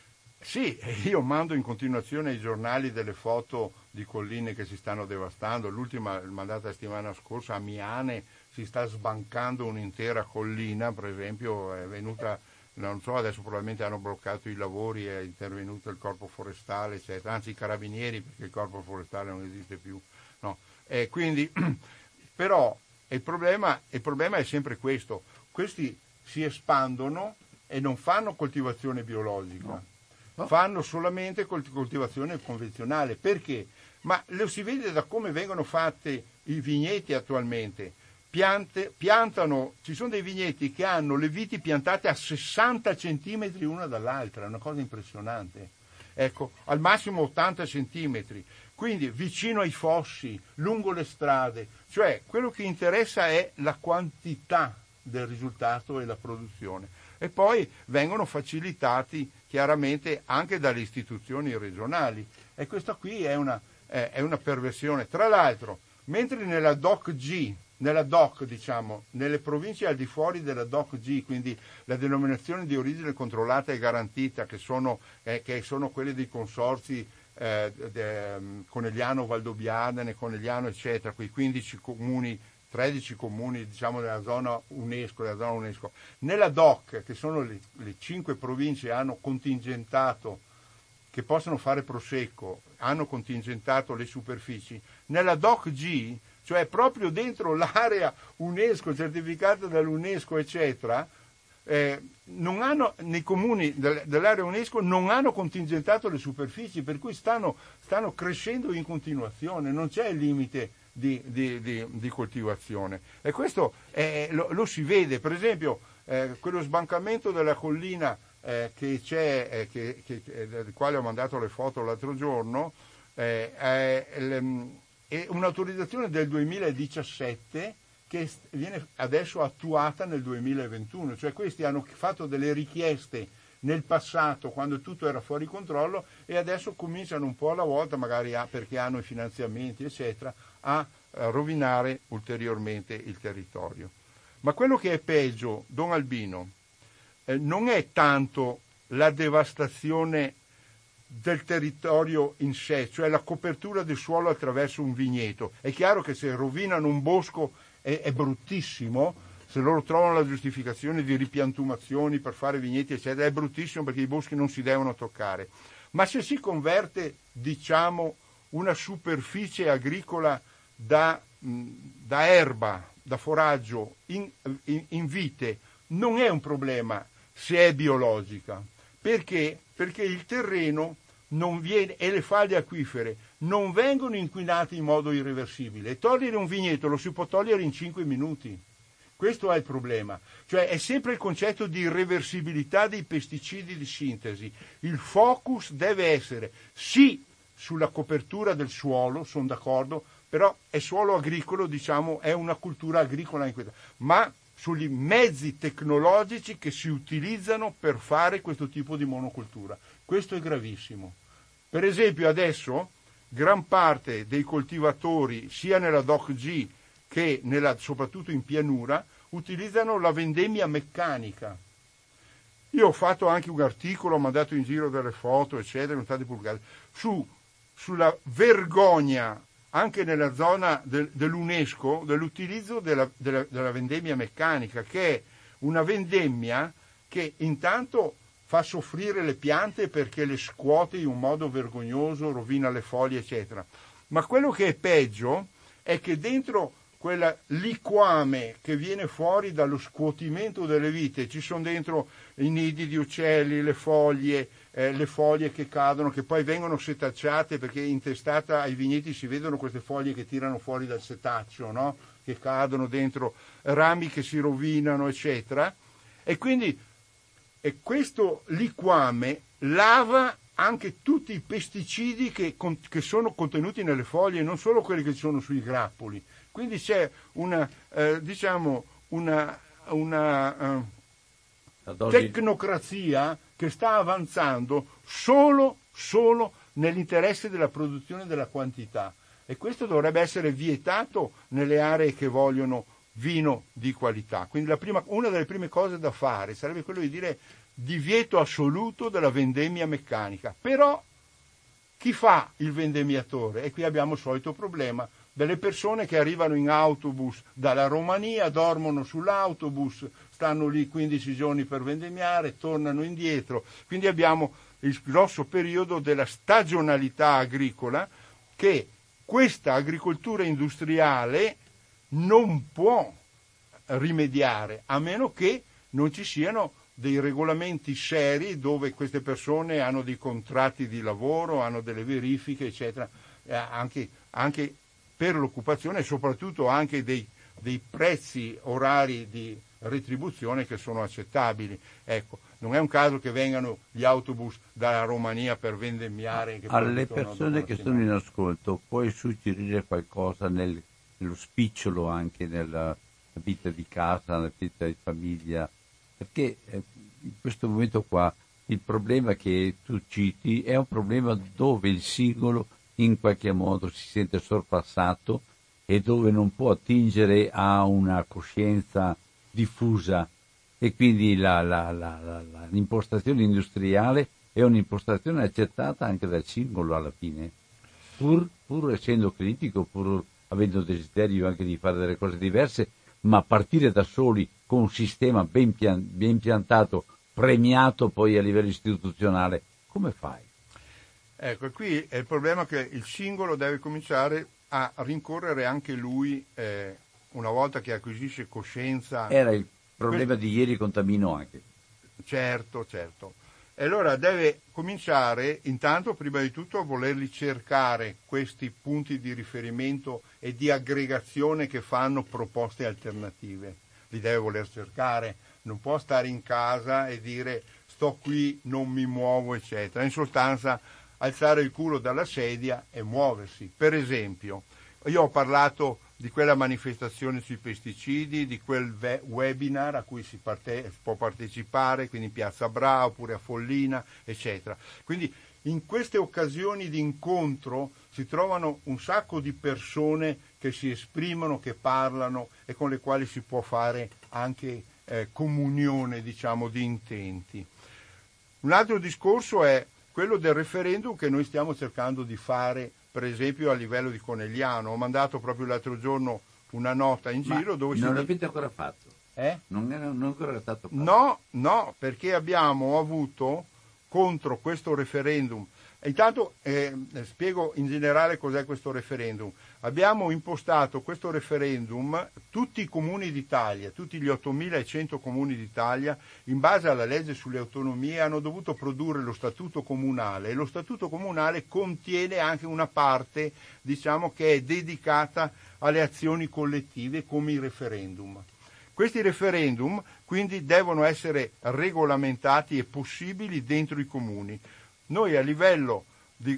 Sì, io mando in continuazione ai giornali delle foto di colline che si stanno devastando. L'ultima mandata la settimana scorsa a Miane si sta sbancando un'intera collina, per esempio è venuta, non so, adesso probabilmente hanno bloccato i lavori, è intervenuto il corpo forestale, eccetera, anzi i carabinieri, perché il corpo forestale non esiste più. No. E quindi, però il problema, il problema è sempre questo, questi si espandono e non fanno coltivazione biologica. No. Fanno solamente coltivazione convenzionale. Perché? Ma lo si vede da come vengono fatti i vigneti attualmente. Piante, piantano, ci sono dei vigneti che hanno le viti piantate a sessanta centimetri una dall'altra, è una cosa impressionante. Ecco, al massimo ottanta centimetri. Quindi vicino ai fossi, lungo le strade. Cioè, quello che interessa è la quantità del risultato e la produzione. E poi vengono facilitati chiaramente anche dalle istituzioni regionali, e questa qui è una, eh, è una perversione. Tra l'altro, mentre nella D O C G, nella D O C diciamo, nelle province al di fuori della D O C G, quindi la denominazione di origine controllata e garantita, che sono, eh, che sono quelle dei consorzi eh, de, Conegliano, Valdobbiadene, Conegliano eccetera, quei quindici comuni, tredici comuni diciamo della zona UNESCO, della zona UNESCO. Nella D O C, che sono le, le cinque province hanno contingentato, che possono fare prosecco, hanno contingentato le superfici, nella D O C G, cioè proprio dentro l'area UNESCO, certificata dall'UNESCO eccetera, eh, non hanno, nei comuni del, dell'area UNESCO non hanno contingentato le superfici, per cui stanno, stanno crescendo in continuazione, non c'è il limite Di, di, di, di coltivazione, e questo eh, lo, lo si vede. Per esempio eh, quello sbancamento della collina eh, che c'è, eh, che, che, del quale ho mandato le foto l'altro giorno, eh, è, è un'autorizzazione del duemiladiciassette che viene adesso attuata nel duemilaventuno, cioè questi hanno fatto delle richieste nel passato quando tutto era fuori controllo, e adesso cominciano un po' alla volta, magari a, perché hanno i finanziamenti eccetera, a rovinare ulteriormente il territorio. Ma quello che è peggio, Don Albino, eh, non è tanto la devastazione del territorio in sé, cioè la copertura del suolo attraverso un vigneto. È chiaro che se rovinano un bosco è, è bruttissimo, se loro trovano la giustificazione di ripiantumazioni per fare vigneti eccetera, è bruttissimo perché i boschi non si devono toccare. Ma se si converte, diciamo, una superficie agricola da, da erba, da foraggio in, in, in vite, non è un problema se è biologica. Perché? Perché il terreno non viene, e le falde acquifere non vengono inquinate in modo irreversibile. E togliere un vigneto lo si può togliere in cinque minuti. Questo è il problema, cioè è sempre il concetto di irreversibilità dei pesticidi di sintesi. Il focus deve essere sì sulla copertura del suolo, sono d'accordo, però è suolo agricolo, diciamo, è una cultura agricola in questa, ma sugli mezzi tecnologici che si utilizzano per fare questo tipo di monocultura. Questo è gravissimo. Per esempio adesso gran parte dei coltivatori, sia nella D O C G che nella, soprattutto in pianura, utilizzano la vendemmia meccanica. Io ho fatto anche un articolo, ho mandato in giro delle foto, eccetera, sono state pubblicate, su, sulla vergogna, anche nella zona del, dell'UNESCO, dell'utilizzo della, della, della vendemmia meccanica, che è una vendemmia che intanto fa soffrire le piante perché le scuote in un modo vergognoso, rovina le foglie, eccetera. Ma quello che è peggio è che dentro quella liquame che viene fuori dallo scuotimento delle vite ci sono dentro i nidi di uccelli, le foglie, eh, le foglie che cadono, che poi vengono setacciate, perché in testata ai vigneti si vedono queste foglie che tirano fuori dal setaccio, no? Che cadono dentro, rami che si rovinano, eccetera. E quindi e questo liquame lava anche tutti i pesticidi che, che sono contenuti nelle foglie, non solo quelli che sono sui grappoli. Quindi c'è una, eh, diciamo, una, una uh, tecnocrazia che sta avanzando solo, solo nell'interesse della produzione della quantità. E questo dovrebbe essere vietato nelle aree che vogliono vino di qualità. Quindi la prima, una delle prime cose da fare sarebbe quello di dire divieto assoluto della vendemmia meccanica. Però chi fa il vendemmiatore? E qui abbiamo il solito problema delle persone che arrivano in autobus dalla Romania, dormono sull'autobus, stanno lì quindici giorni per vendemmiare, tornano indietro. Quindi abbiamo il grosso periodo della stagionalità agricola che questa agricoltura industriale non può rimediare, a meno che non ci siano dei regolamenti seri dove queste persone hanno dei contratti di lavoro, hanno delle verifiche, eccetera, eh, anche, anche per l'occupazione e soprattutto anche dei, dei prezzi orari di retribuzione che sono accettabili. Ecco, non è un caso che vengano gli autobus dalla Romania per vendemmiare. Che Alle persone che sono in ascolto, puoi suggerire qualcosa nel, nello spicciolo anche nella vita di casa, nella vita di famiglia? Perché eh, in questo momento qua il problema che tu citi è un problema dove il singolo in qualche modo si sente sorpassato e dove non può attingere a una coscienza diffusa, e quindi la, la, la, la, la, l'impostazione industriale è un'impostazione accettata anche dal singolo alla fine, pur, pur essendo critico, pur avendo desiderio anche di fare delle cose diverse, ma partire da soli con un sistema ben, pian, ben piantato, premiato poi a livello istituzionale, come fai? Ecco, qui è il problema che il singolo deve cominciare a rincorrere anche lui, eh, una volta che acquisisce coscienza. Era il problema que- di ieri con Tamino anche. Certo, certo. E allora deve cominciare intanto, prima di tutto, a volerli cercare questi punti di riferimento e di aggregazione che fanno proposte alternative. Li deve voler cercare, non può stare in casa e dire sto qui, non mi muovo, eccetera. In sostanza alzare il culo dalla sedia e muoversi. Per esempio, io ho parlato di quella manifestazione sui pesticidi, di quel ve- webinar a cui si parte- può partecipare, quindi in Piazza Bra oppure a Follina, eccetera. Quindi in queste occasioni di incontro si trovano un sacco di persone che si esprimono, che parlano e con le quali si può fare anche eh, comunione, diciamo, di intenti. Un altro discorso è quello del referendum che noi stiamo cercando di fare, per esempio a livello di Conegliano. Ho mandato proprio l'altro giorno una nota in giro. Ma dove non si l'avete ancora fatto? Eh? Non era, non era stato fatto. No, no, perché abbiamo avuto contro questo referendum. Intanto eh, spiego in generale cos'è questo referendum. Abbiamo impostato questo referendum, tutti i comuni d'Italia, tutti gli ottomilacento comuni d'Italia, in base alla legge sulle autonomie, hanno dovuto produrre lo statuto comunale, e lo statuto comunale contiene anche una parte, diciamo, che è dedicata alle azioni collettive come i referendum. Questi referendum quindi devono essere regolamentati e possibili dentro i comuni. Noi a livello di,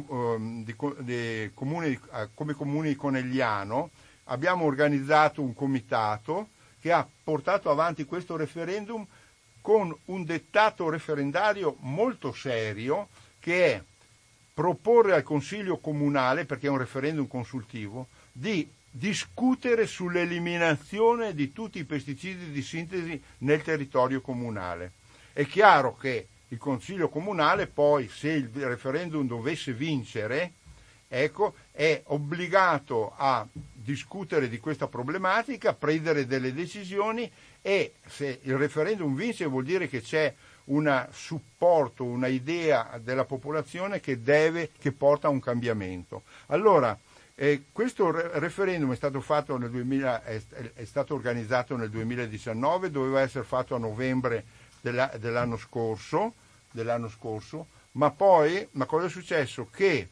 di, di comune, come comune di Conegliano abbiamo organizzato un comitato che ha portato avanti questo referendum con un dettato referendario molto serio, che è proporre al Consiglio Comunale, perché è un referendum consultivo, di discutere sull'eliminazione di tutti i pesticidi di sintesi nel territorio comunale. È chiaro che il Consiglio Comunale poi, se il referendum dovesse vincere, ecco, è obbligato a discutere di questa problematica, prendere delle decisioni, e se il referendum vince vuol dire che c'è un supporto, una idea della popolazione che deve, che porta a un cambiamento. Allora, eh, questo re- referendum è stato fatto nel duemila, è, è stato organizzato nel duemiladiciannove, doveva essere fatto a novembre della, dell'anno scorso, dell'anno scorso, ma poi, ma cosa è successo? Che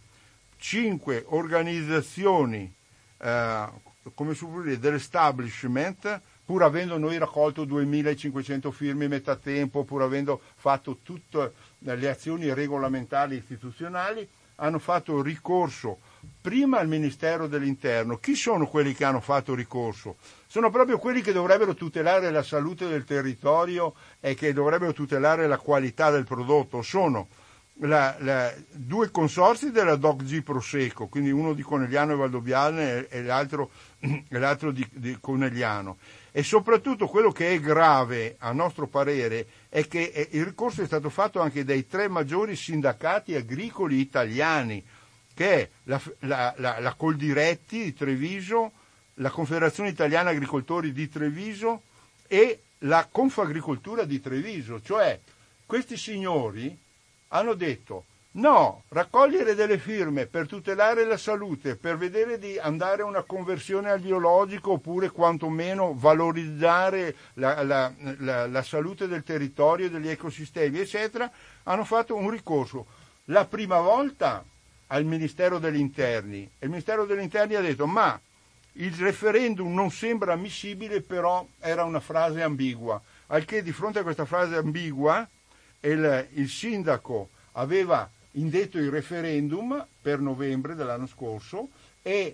cinque organizzazioni, eh, come si può dire, dell'establishment, pur avendo noi raccolto duemilacinquecento firme in metà tempo, pur avendo fatto tutte le azioni regolamentari istituzionali, hanno fatto ricorso prima al Ministero dell'Interno. Chi sono quelli che hanno fatto ricorso? Sono proprio quelli che dovrebbero tutelare la salute del territorio e che dovrebbero tutelare la qualità del prodotto. Sono la, la, due consorzi della D O C G Prosecco, quindi uno di Conegliano e Valdobbiadene e l'altro, e l'altro di, di Conegliano. E soprattutto quello che è grave, a nostro parere, è che il ricorso è stato fatto anche dai tre maggiori sindacati agricoli italiani, che è la, la, la, la Coldiretti di Treviso, la Confederazione Italiana Agricoltori di Treviso e la Confagricoltura di Treviso. Cioè, questi signori hanno detto no, raccogliere delle firme per tutelare la salute, per vedere di andare a una conversione al biologico, oppure quantomeno valorizzare la, la, la, la salute del territorio e degli ecosistemi, eccetera, hanno fatto un ricorso. La prima volta al Ministero degli Interni, e il Ministero degli Interni ha detto ma il referendum non sembra ammissibile, però era una frase ambigua, al che di fronte a questa frase ambigua il, il sindaco aveva indetto il referendum per novembre dell'anno scorso, e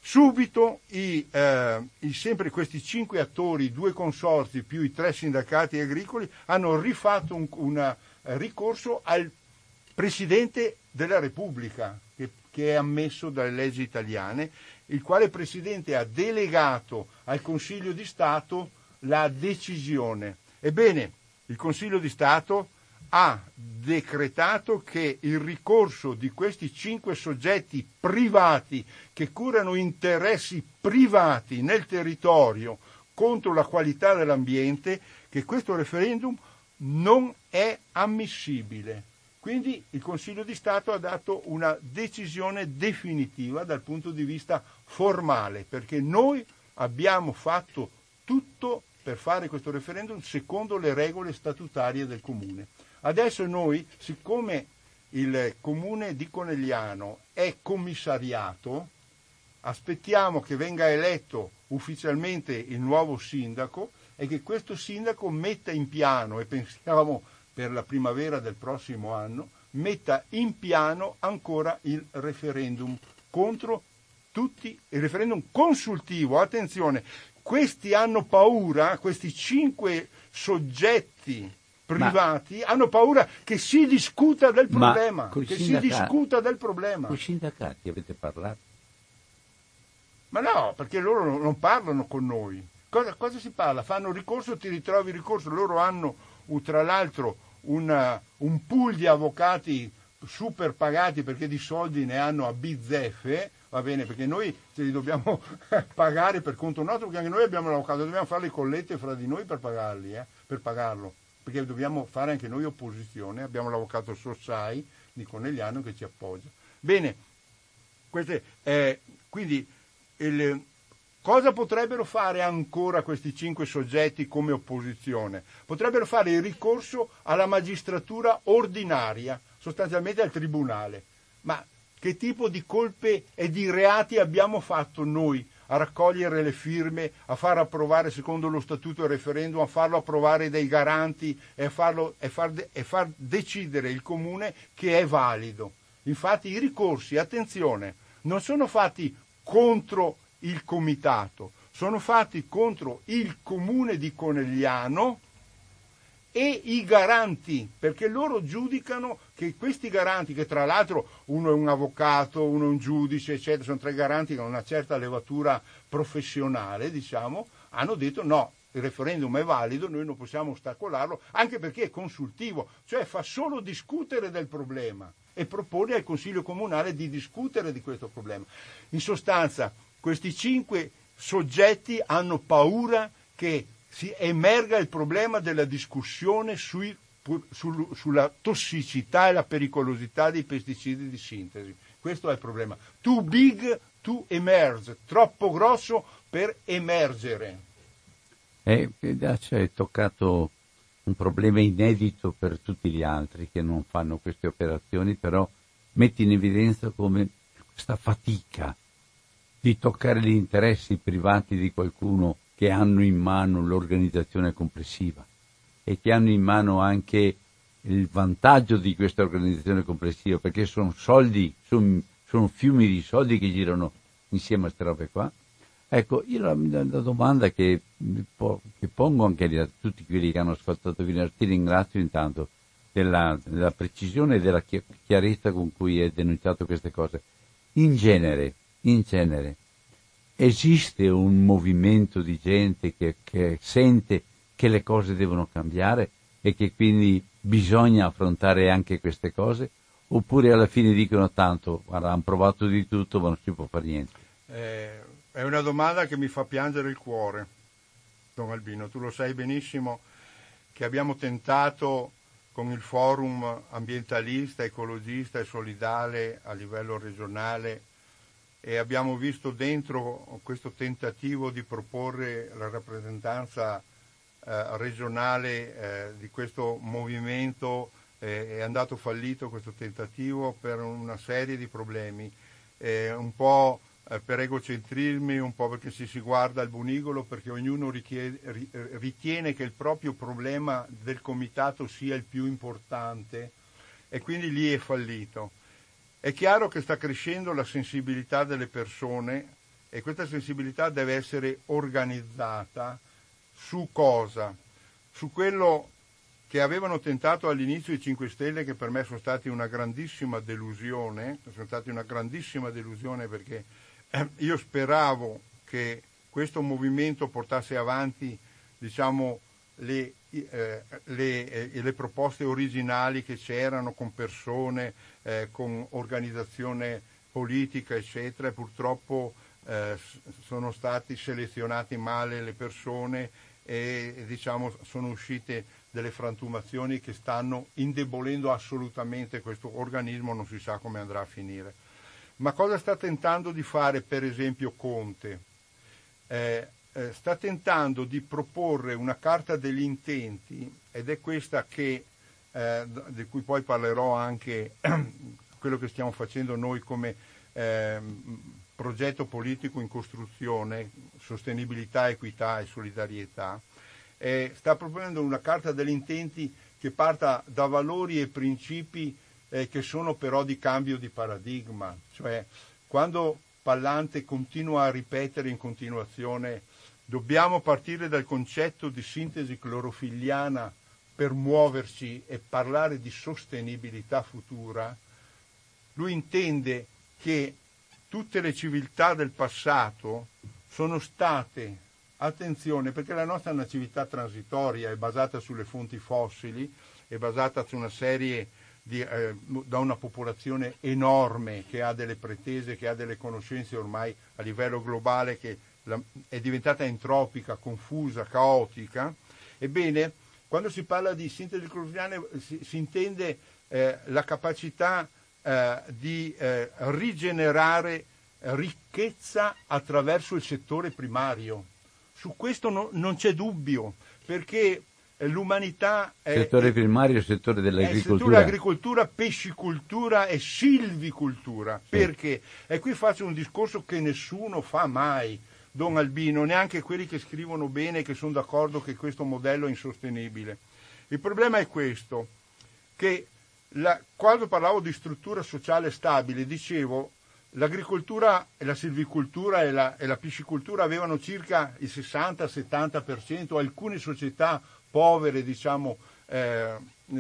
subito i, eh, i, sempre questi cinque attori, due consorzi più i tre sindacati agricoli, hanno rifatto un una, eh, ricorso al Presidente della Repubblica, che, che è ammesso dalle leggi italiane, il quale Presidente ha delegato al Consiglio di Stato la decisione. Ebbene, il Consiglio di Stato ha decretato che il ricorso di questi cinque soggetti privati che curano interessi privati nel territorio contro la qualità dell'ambiente, che questo referendum non è ammissibile. Quindi il Consiglio di Stato ha dato una decisione definitiva dal punto di vista formale, perché noi abbiamo fatto tutto per fare questo referendum secondo le regole statutarie del Comune. Adesso noi, siccome il Comune di Conegliano è commissariato, aspettiamo che venga eletto ufficialmente il nuovo sindaco e che questo sindaco metta in piano, e pensiamo per la primavera del prossimo anno, metta in piano ancora il referendum contro tutti, il referendum consultivo. Attenzione, questi hanno paura, questi cinque soggetti privati Ma, hanno paura che si discuta del problema, che si discuta del problema. Con i sindacati avete parlato? Ma no, perché loro non parlano con noi. Cosa, cosa si parla? Fanno ricorso, ti ritrovi ricorso. Loro hanno, tra l'altro, una, un pool di avvocati super pagati, perché di soldi ne hanno a bizzeffe, va bene, perché noi ce li dobbiamo pagare per conto nostro, perché anche noi abbiamo l'avvocato, dobbiamo fare le collette fra di noi per pagarli, eh, per pagarlo, perché dobbiamo fare anche noi opposizione, abbiamo l'avvocato Sossai di Conegliano che ci appoggia. Bene, queste, eh, quindi il, cosa potrebbero fare ancora questi cinque soggetti come opposizione? Potrebbero fare il ricorso alla magistratura ordinaria, sostanzialmente al tribunale. Ma che tipo di colpe e di reati abbiamo fatto noi a raccogliere le firme, a far approvare secondo lo statuto il referendum, a farlo approvare dai garanti e, a farlo, e, far, e far decidere il comune che è valido? Infatti i ricorsi, attenzione, non sono fatti contro il comitato, sono fatti contro il comune di Conegliano e i garanti, perché loro giudicano che questi garanti, che tra l'altro uno è un avvocato, uno è un giudice, eccetera, sono tre garanti che hanno una certa levatura professionale, diciamo, hanno detto no, il referendum è valido, noi non possiamo ostacolarlo, anche perché è consultivo, cioè fa solo discutere del problema e propone al Consiglio Comunale di discutere di questo problema. In sostanza, questi cinque soggetti hanno paura che si emerga il problema della discussione sui, sul, sulla tossicità e la pericolosità dei pesticidi di sintesi. Questo è il problema. Too big to emerge, troppo grosso per emergere. Eh, ci hai toccato un problema inedito per tutti gli altri che non fanno queste operazioni, però metti in evidenza come questa fatica di toccare gli interessi privati di qualcuno che hanno in mano l'organizzazione complessiva e che hanno in mano anche il vantaggio di questa organizzazione complessiva, perché sono soldi, sono, sono fiumi di soldi che girano insieme a queste robe qua. Ecco, io la, la domanda che, che pongo anche a tutti quelli che hanno ascoltato finora, ti ringrazio intanto della, della precisione e della chiarezza con cui hai denunciato queste cose. In genere, in genere, esiste un movimento di gente che, che sente che le cose devono cambiare e che quindi bisogna affrontare anche queste cose, oppure alla fine dicono tanto, guarda, hanno provato di tutto ma non si può fare niente? Eh, è una domanda che mi fa piangere il cuore, Don Albino. Tu lo sai benissimo che abbiamo tentato con il forum ambientalista, ecologista e solidale a livello regionale e abbiamo visto dentro questo tentativo di proporre la rappresentanza eh, regionale eh, di questo movimento, eh, è andato fallito questo tentativo per una serie di problemi, eh, un po' per egocentrismi, un po' perché si, si guarda al bunigolo, perché ognuno richiede, ritiene che il proprio problema del comitato sia il più importante e quindi lì è fallito. È chiaro che sta crescendo la sensibilità delle persone e questa sensibilità deve essere organizzata su cosa? Su quello che avevano tentato all'inizio i cinque Stelle, che per me sono stati una grandissima delusione, sono stati una grandissima delusione perché io speravo che questo movimento portasse avanti, diciamo, le, eh, le, eh, le proposte originali che c'erano con persone, eh, con organizzazione politica, eccetera, e purtroppo eh, sono stati selezionati male le persone e, e diciamo sono uscite delle frantumazioni che stanno indebolendo assolutamente questo organismo, non si sa come andrà a finire. Ma cosa sta tentando di fare per esempio Conte? Eh, eh, sta tentando di proporre una carta degli intenti ed è questa che, eh, di cui poi parlerò anche quello che stiamo facendo noi come eh, progetto politico in costruzione, sostenibilità, equità e solidarietà. Eh, sta proponendo una carta degli intenti che parta da valori e principi Eh, che sono però di cambio di paradigma, cioè quando Pallante continua a ripetere in continuazione dobbiamo partire dal concetto di sintesi clorofilliana per muoverci e parlare di sostenibilità futura, lui intende che tutte le civiltà del passato sono state, attenzione, perché la nostra è una civiltà transitoria, è basata sulle fonti fossili, è basata su una serie di, eh, da una popolazione enorme che ha delle pretese, che ha delle conoscenze ormai a livello globale, che la, è diventata entropica, confusa, caotica. Ebbene, quando si parla di sintesi clorofiliana si, si intende eh, la capacità eh, di eh, rigenerare ricchezza attraverso il settore primario. Su questo no, non c'è dubbio, perché l'umanità è... Settore primario, il settore dell'agricoltura. È il settore dell'agricoltura, pescicoltura e silvicoltura. Sì. Perché? E qui faccio un discorso che nessuno fa mai, Don Albino, neanche quelli che scrivono bene, che sono d'accordo che questo modello è insostenibile. Il problema è questo, che la, quando parlavo di struttura sociale stabile, dicevo, l'agricoltura e la silvicoltura e la, e la piscicoltura avevano circa il sessanta settanta per cento, alcune società povere, diciamo, eh,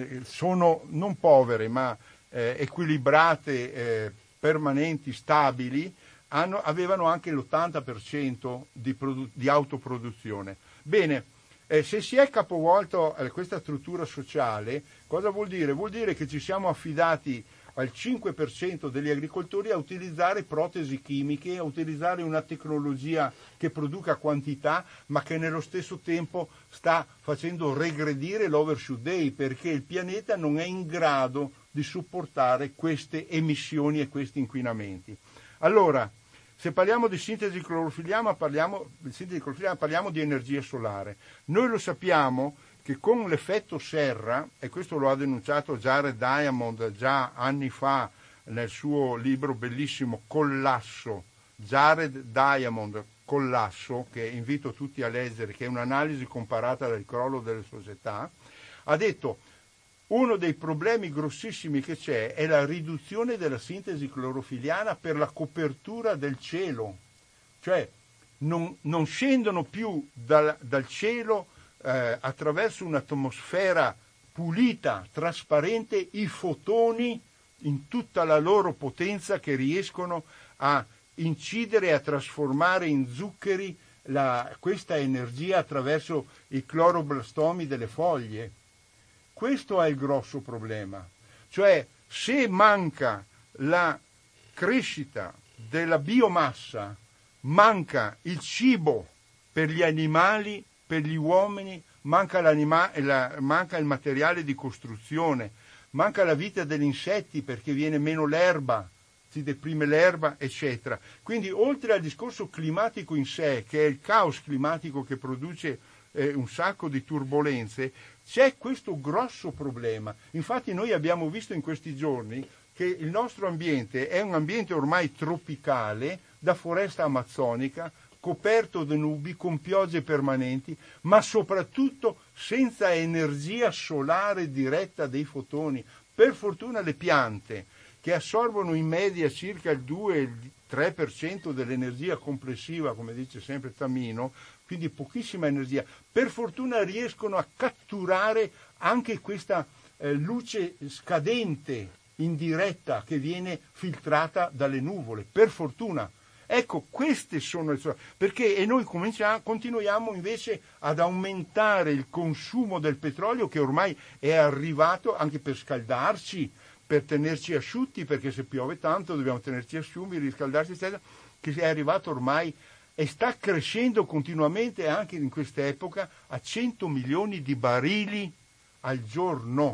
sono non povere ma eh, equilibrate, eh, permanenti, stabili, hanno, avevano anche l'ottanta per cento di, produ- di autoproduzione. Bene, eh, se si è capovolto eh, questa struttura sociale, cosa vuol dire? Vuol dire che ci siamo affidati al cinque per cento degli agricoltori a utilizzare protesi chimiche, a utilizzare una tecnologia che produca quantità, ma che nello stesso tempo sta facendo regredire l'overshoot day, perché il pianeta non è in grado di supportare queste emissioni e questi inquinamenti. Allora, se parliamo di sintesi clorofiliana parliamo, sintesi clorofiliana, parliamo di energia solare. Noi lo sappiamo che con l'effetto serra, e questo lo ha denunciato Jared Diamond già anni fa nel suo libro bellissimo Collasso, Jared Diamond, Collasso, che invito tutti a leggere, che è un'analisi comparata del crollo delle società, ha detto uno dei problemi grossissimi che c'è è la riduzione della sintesi clorofiliana per la copertura del cielo, cioè non, non scendono più dal, dal cielo Eh, attraverso un'atmosfera pulita, trasparente, i fotoni in tutta la loro potenza che riescono a incidere e a trasformare in zuccheri la, questa energia attraverso i cloroblastomi delle foglie. Questo è il grosso problema. Cioè, se manca la crescita della biomassa, manca il cibo per gli animali, per gli uomini, manca, la, manca il materiale di costruzione, manca la vita degli insetti perché viene meno l'erba, si deprime l'erba, eccetera. Quindi oltre al discorso climatico in sé, che è il caos climatico che produce eh, un sacco di turbolenze, c'è questo grosso problema. Infatti noi abbiamo visto in questi giorni che il nostro ambiente è un ambiente ormai tropicale, da foresta amazzonica, coperto da nubi, con piogge permanenti, ma soprattutto senza energia solare diretta dei fotoni. Per fortuna le piante, che assorbono in media circa il due tre per cento dell'energia complessiva, come dice sempre Tamino, quindi pochissima energia, per fortuna riescono a catturare anche questa eh, luce scadente indiretta che viene filtrata dalle nuvole, per fortuna. Ecco, queste sono le perché e noi continuiamo invece ad aumentare il consumo del petrolio, che ormai è arrivato anche per scaldarci, per tenerci asciutti, perché se piove tanto dobbiamo tenerci asciutti, riscaldarci, eccetera, che è arrivato ormai e sta crescendo continuamente anche in quest'epoca a cento milioni di barili al giorno,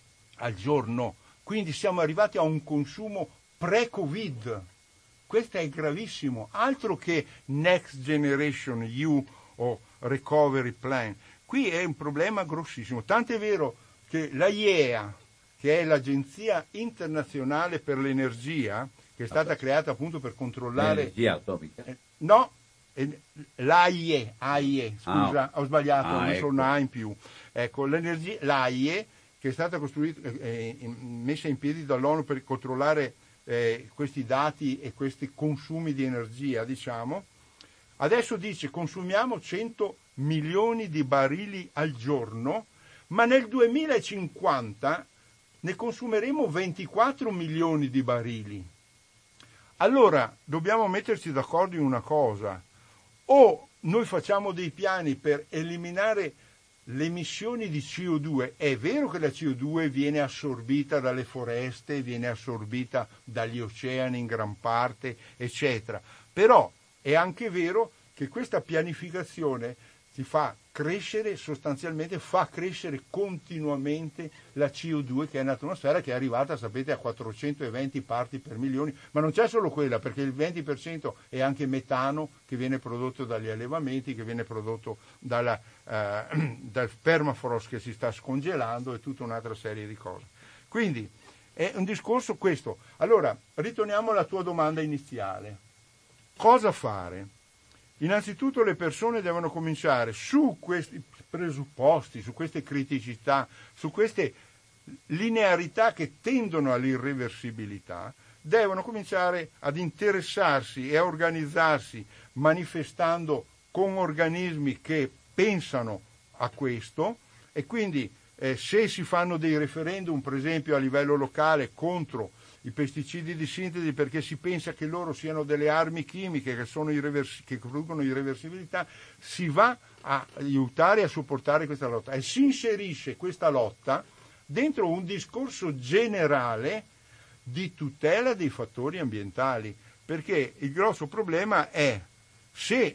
al giorno. Quindi siamo arrivati a un consumo pre-Covid. Questo è gravissimo, altro che Next Generation E U o Recovery Plan. Qui è un problema grossissimo, tanto è vero che la I E A, che è l'Agenzia Internazionale per l'Energia, che è stata creata appunto per controllare... L'energia atomica? Eh, no, eh, l'A I E, A I E, scusa, ah, ho sbagliato, ah, non ecco. sono una A in più. Ecco, l'energia, l'A I E, che è stata costruita, eh, messa in piedi dall'ONU per controllare Eh, questi dati e questi consumi di energia, diciamo, adesso dice consumiamo cento milioni di barili al giorno, ma nel duemilacinquanta ne consumeremo ventiquattro milioni di barili. Allora dobbiamo metterci d'accordo in una cosa: o noi facciamo dei piani per eliminare le emissioni di C O due, è vero che la C O due viene assorbita dalle foreste, viene assorbita dagli oceani in gran parte, eccetera, però è anche vero che questa pianificazione si fa crescere, sostanzialmente fa crescere continuamente la C O due che è in atmosfera, che è arrivata, sapete, a quattrocentoventi parti per milioni, ma non c'è solo quella, perché il venti per cento è anche metano che viene prodotto dagli allevamenti, che viene prodotto dalla, eh, dal permafrost che si sta scongelando e tutta un'altra serie di cose. Quindi è un discorso questo. Allora, ritorniamo alla tua domanda iniziale. Cosa fare? Innanzitutto le persone devono cominciare su questi presupposti, su queste criticità, su queste linearità che tendono all'irreversibilità, devono cominciare ad interessarsi e a organizzarsi manifestando con organismi che pensano a questo, e quindi eh, se si fanno dei referendum, per esempio a livello locale, contro i pesticidi di sintesi perché si pensa che loro siano delle armi chimiche che, sono irreversi- che producono irreversibilità, si va a aiutare e a supportare questa lotta e si inserisce questa lotta dentro un discorso generale di tutela dei fattori ambientali, perché il grosso problema è se,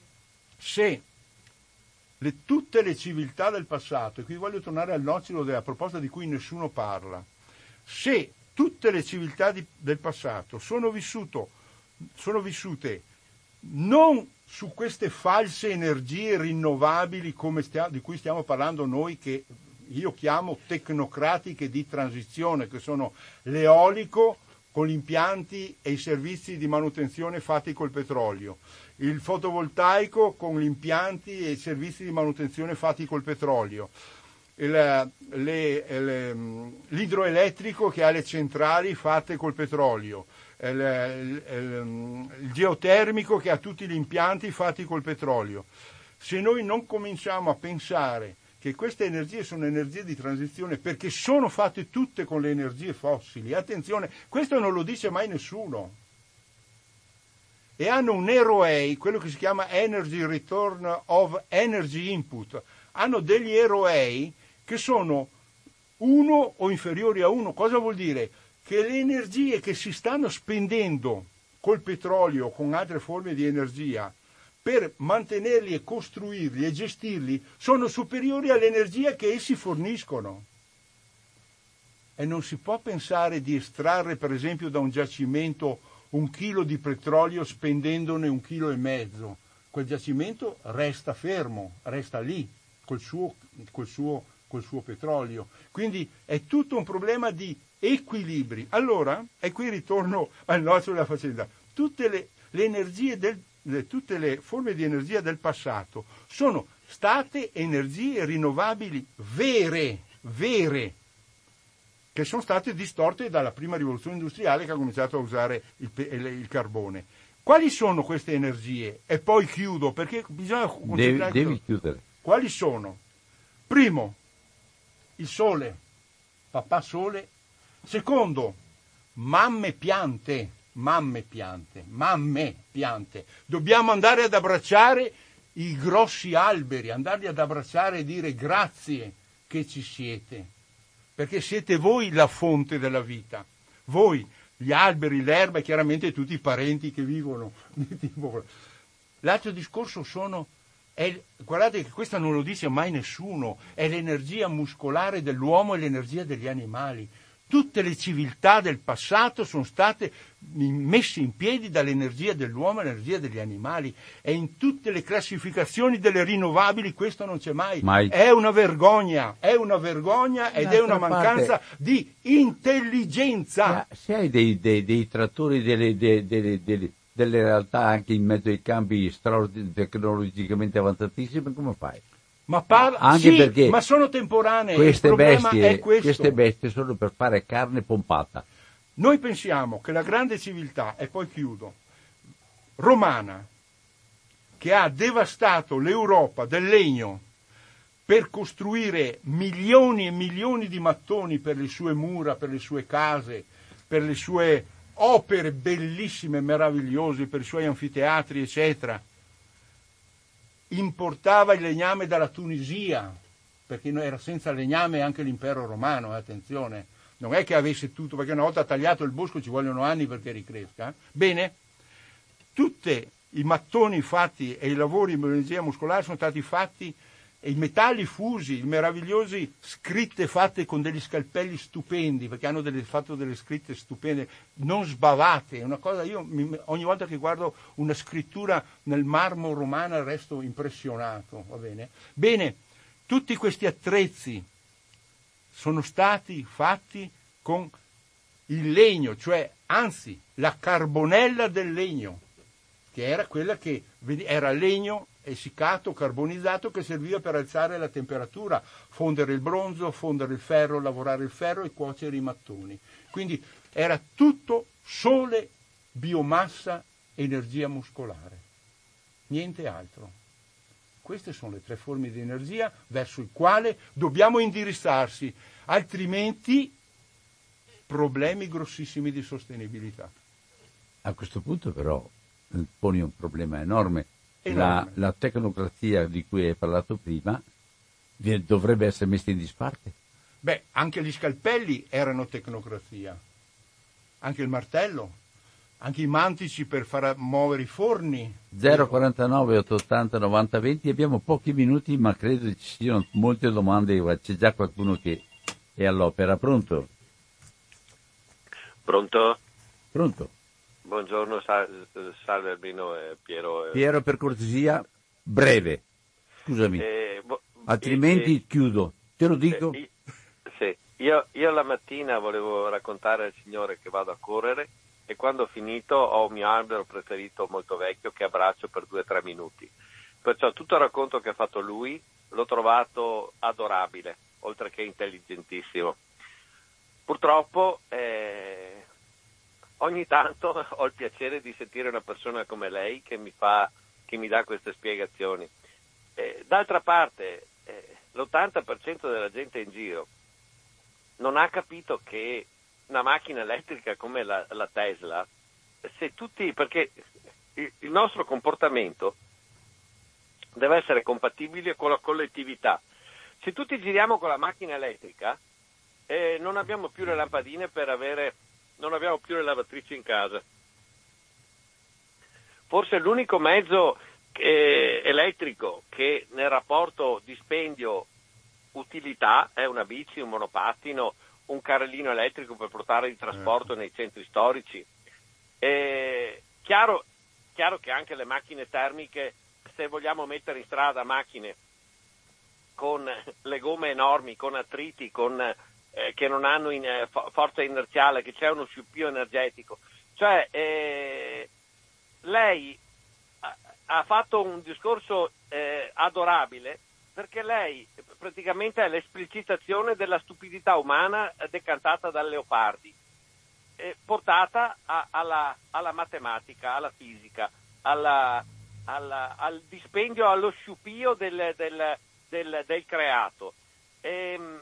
se le, tutte le civiltà del passato, e qui voglio tornare al nocciolo della proposta di cui nessuno parla, se tutte le civiltà di, del passato sono, vissuto, sono vissute non su queste false energie rinnovabili come stia, di cui stiamo parlando noi, che io chiamo tecnocratiche di transizione, che sono l'eolico con gli impianti e i servizi di manutenzione fatti col petrolio, il fotovoltaico con gli impianti e i servizi di manutenzione fatti col petrolio, Il, le, le, l'idroelettrico che ha le centrali fatte col petrolio, il, il, il, il geotermico che ha tutti gli impianti fatti col petrolio. Se noi non cominciamo a pensare che queste energie sono energie di transizione perché sono fatte tutte con le energie fossili, attenzione, questo non lo dice mai nessuno, e hanno un R O A, quello che si chiama Energy Return of Energy Input, hanno degli R O A che sono uno o inferiori a uno. Cosa vuol dire? Che le energie che si stanno spendendo col petrolio o con altre forme di energia per mantenerli e costruirli e gestirli sono superiori all'energia che essi forniscono. E non si può pensare di estrarre, per esempio, da un giacimento un chilo di petrolio spendendone un chilo e mezzo. Quel giacimento resta fermo, resta lì col suo, col suo, col suo petrolio. Quindi è tutto un problema di equilibri. Allora, e qui ritorno al nocciolo della faccenda, tutte le, le energie del, le, tutte le forme di energia del passato sono state energie rinnovabili vere, vere, che sono state distorte dalla prima rivoluzione industriale che ha cominciato a usare il, il, il carbone. Quali sono queste energie? E poi chiudo, perché bisogna devi, devi chiudere. Quali sono? Primo, il sole, papà sole. Secondo, mamme piante, mamme piante, mamme piante. Dobbiamo andare ad abbracciare i grossi alberi, andarli ad abbracciare e dire grazie che ci siete, perché siete voi la fonte della vita. Voi, gli alberi, l'erba e chiaramente tutti i parenti che vivono. L'altro discorso sono, è, guardate che questo non lo dice mai nessuno, è l'energia muscolare dell'uomo e l'energia degli animali. Tutte le civiltà del passato sono state messe in piedi dall'energia dell'uomo e l'energia degli animali, e in tutte le classificazioni delle rinnovabili questo non c'è mai. mai. È una vergogna, è una vergogna ed è una mancanza parte, di intelligenza. Se hai dei, dei, dei trattori delle, delle, delle, delle, delle realtà anche in mezzo ai campi straordinari, tecnologicamente avanzatissime, come fai? Ma, parla, anche sì, perché ma sono temporanee, queste il problema bestie, è questo. Queste bestie sono per fare carne pompata. Noi pensiamo che la grande civiltà, e poi chiudo, romana, che ha devastato l'Europa del legno per costruire milioni e milioni di mattoni per le sue mura, per le sue case, per le sue opere bellissime, meravigliose, per i suoi anfiteatri, eccetera, importava il legname dalla Tunisia perché era senza legname anche l'impero romano, eh, attenzione, non è che avesse tutto, perché una volta tagliato il bosco ci vogliono anni perché ricresca. Bene, tutti i mattoni fatti e i lavori di biologia muscolare sono stati fatti, e i metalli fusi, i meravigliosi scritte fatte con degli scalpelli stupendi, perché hanno delle, fatto delle scritte stupende, non sbavate, è una cosa, io mi, ogni volta che guardo una scrittura nel marmo romano resto impressionato, va bene? Bene, tutti questi attrezzi sono stati fatti con il legno, cioè, anzi, la carbonella del legno, che era quella che era legno essiccato, carbonizzato, che serviva per alzare la temperatura, fondere il bronzo, fondere il ferro, lavorare il ferro e cuocere i mattoni. Quindi era tutto sole, biomassa, energia muscolare, niente altro. Queste sono le tre forme di energia verso il quale dobbiamo indirizzarsi, altrimenti problemi grossissimi di sostenibilità. A questo punto però poni un problema enorme. enorme. La, la tecnocrazia di cui hai parlato prima dovrebbe essere messa in disparte. Beh, anche gli scalpelli erano tecnocrazia, anche il martello, anche i mantici per far muovere i forni. zero quarantanove ottocentottanta novanta venti, abbiamo pochi minuti ma credo ci siano molte domande, c'è già qualcuno che è all'opera. Pronto? Pronto? Pronto? Buongiorno, salve Albino e Piero. Piero, per cortesia, breve, scusami, eh, bo- altrimenti eh, chiudo, te lo dico. Eh, sì, io, io la mattina volevo raccontare al Signore che vado a correre e quando ho finito ho un mio albero preferito molto vecchio che abbraccio per due o tre minuti. Perciò tutto il racconto che ha fatto lui l'ho trovato adorabile, oltre che intelligentissimo. Purtroppo eh, ogni tanto ho il piacere di sentire una persona come lei che mi fa, che mi dà queste spiegazioni. Eh, d'altra parte, eh, l'ottanta per cento della gente in giro non ha capito che una macchina elettrica come la, la Tesla, se tutti, perché il, il nostro comportamento deve essere compatibile con la collettività. Se tutti giriamo con la macchina elettrica, eh, non abbiamo più le lampadine per avere, non abbiamo più le lavatrici in casa. Forse l'unico mezzo eh, elettrico che nel rapporto dispendio-utilità è una bici, un monopattino, un carrellino elettrico per portare il trasporto nei centri storici. Eh, chiaro, chiaro che anche le macchine termiche, se vogliamo mettere in strada macchine con le gomme enormi, con attriti, con, eh, che non hanno in, eh, forza inerziale, che c'è uno sciupio energetico. Cioè, eh, lei ha, ha fatto un discorso eh, adorabile, perché lei praticamente è l'esplicitazione della stupidità umana decantata dal Leopardi, eh, portata a, alla, alla matematica, alla fisica, alla, alla, al dispendio, allo sciupio del, del, del, del creato. Ehm,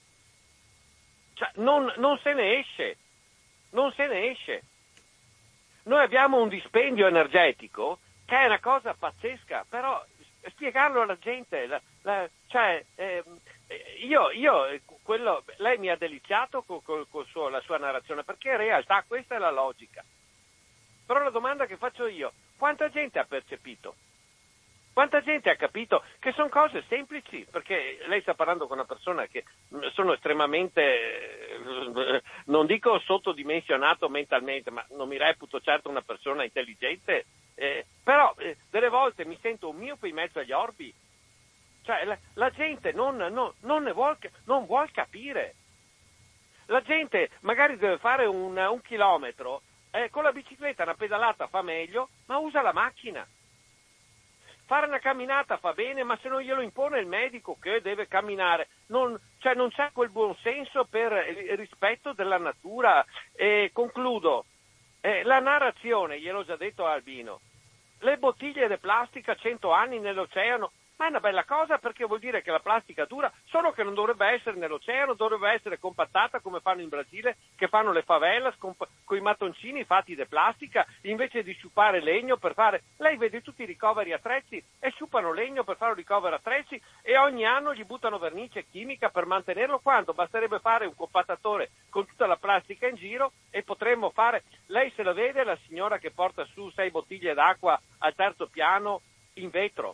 cioè, non, non se ne esce, non se ne esce. Noi abbiamo un dispendio energetico che è una cosa pazzesca, però spiegarlo alla gente, la, la, cioè eh, io, io quello, lei mi ha deliziato con, con, con suo, la sua narrazione, perché in realtà questa è la logica. Però la domanda che faccio io: quanta gente ha percepito? Quanta gente ha capito che sono cose semplici? Perché lei sta parlando con una persona che sono estremamente, non dico sottodimensionato mentalmente, ma non mi reputo certo una persona intelligente, eh, però eh, delle volte mi sento un miope in mezzo agli orbi. Cioè la, la gente non, non, non ne vuol, non vuol capire. La gente magari deve fare un, un chilometro, eh, con la bicicletta una pedalata fa meglio, ma usa la macchina. Fare una camminata fa bene, ma se non glielo impone il medico che deve camminare, non, cioè non c'è quel buon senso per il rispetto della natura. E concludo, eh, la narrazione, gliel'ho già detto a Albino, le bottiglie di plastica cento anni nell'oceano, ma è una bella cosa perché vuol dire che la plastica dura, solo che non dovrebbe essere nell'oceano, dovrebbe essere compattata come fanno in Brasile, che fanno le favelas con, con i mattoncini fatti di plastica, invece di sciupare legno per fare, lei vede tutti i ricoveri attrezzi e sciupano legno per fare un ricovero attrezzi e ogni anno gli buttano vernice chimica per mantenerlo, quando basterebbe fare un compattatore con tutta la plastica in giro e potremmo fare, lei se la vede la signora che porta su sei bottiglie d'acqua al terzo piano in vetro?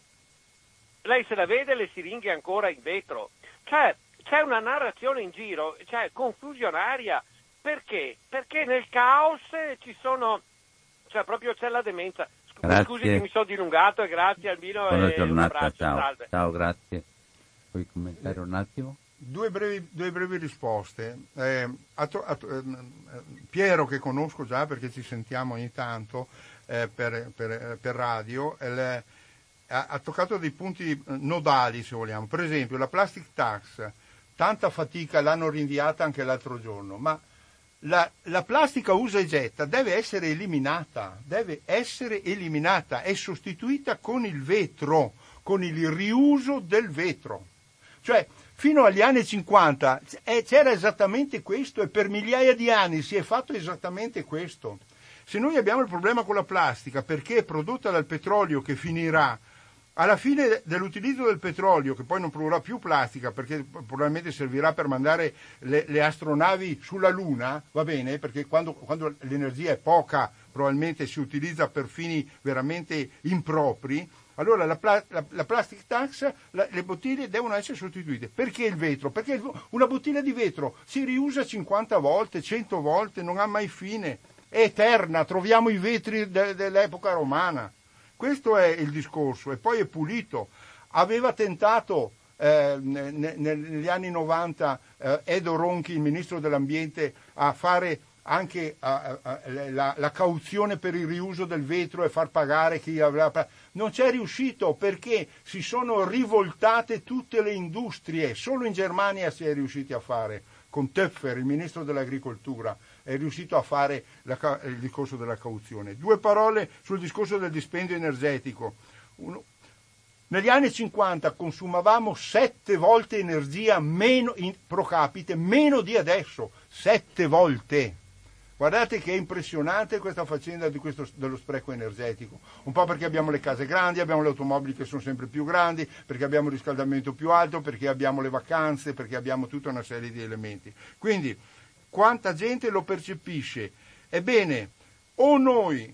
Lei se la vede le siringhe ancora in vetro? Cioè, c'è una narrazione in giro, cioè confusionaria. Perché? Perché nel caos ci sono, cioè proprio c'è la demenza. Grazie. Scusi che mi sono dilungato e grazie Albino. Buona e giornata, un abbraccio, ciao. salve. Ciao, grazie. Puoi commentare un attimo? Due brevi, due brevi risposte. Eh, a to, a to, eh, Piero, che conosco già perché ci sentiamo ogni tanto eh, per, per, per radio, eh, ha, ha toccato dei punti nodali, se vogliamo. Per esempio la plastic tax, tanta fatica, l'hanno rinviata anche l'altro giorno, ma la, la plastica usa e getta deve essere eliminata, deve essere eliminata, è sostituita con il vetro, con il riuso del vetro. Cioè, fino agli anni cinquanta c'era esattamente questo e per migliaia di anni si è fatto esattamente questo. Se noi abbiamo il problema con la plastica perché è prodotta dal petrolio che finirà, alla fine dell'utilizzo del petrolio, che poi non produrrà più plastica perché probabilmente servirà per mandare le, le astronavi sulla Luna, va bene, perché quando, quando l'energia è poca probabilmente si utilizza per fini veramente impropri, allora la, pla- la, la plastic tax, la, le bottiglie devono essere sostituite. Perché il vetro? Perché il, una bottiglia di vetro si riusa cinquanta volte, cento volte, non ha mai fine, è eterna, troviamo i vetri de- dell'epoca romana. Questo è il discorso, e poi è pulito. Aveva tentato eh, ne- negli anni novanta eh, Edo Ronchi, il ministro dell'ambiente, a fare anche a, a, a, la, la cauzione per il riuso del vetro e far pagare chi aveva. Non c'è riuscito perché si sono rivoltate tutte le industrie. Solo in Germania si è riusciti a fare, con Töpfer, il ministro dell'agricoltura, è riuscito a fare la, il discorso della cauzione. Due parole sul discorso del dispendio energetico. Uno, negli anni cinquanta consumavamo sette volte energia meno in, pro capite, meno di adesso, sette volte. Guardate che è impressionante questa faccenda di questo, dello spreco energetico, un po' perché abbiamo le case grandi, abbiamo le automobili che sono sempre più grandi, perché abbiamo il riscaldamento più alto, perché abbiamo le vacanze, perché abbiamo tutta una serie di elementi. Quindi, quanta gente lo percepisce? Ebbene, o noi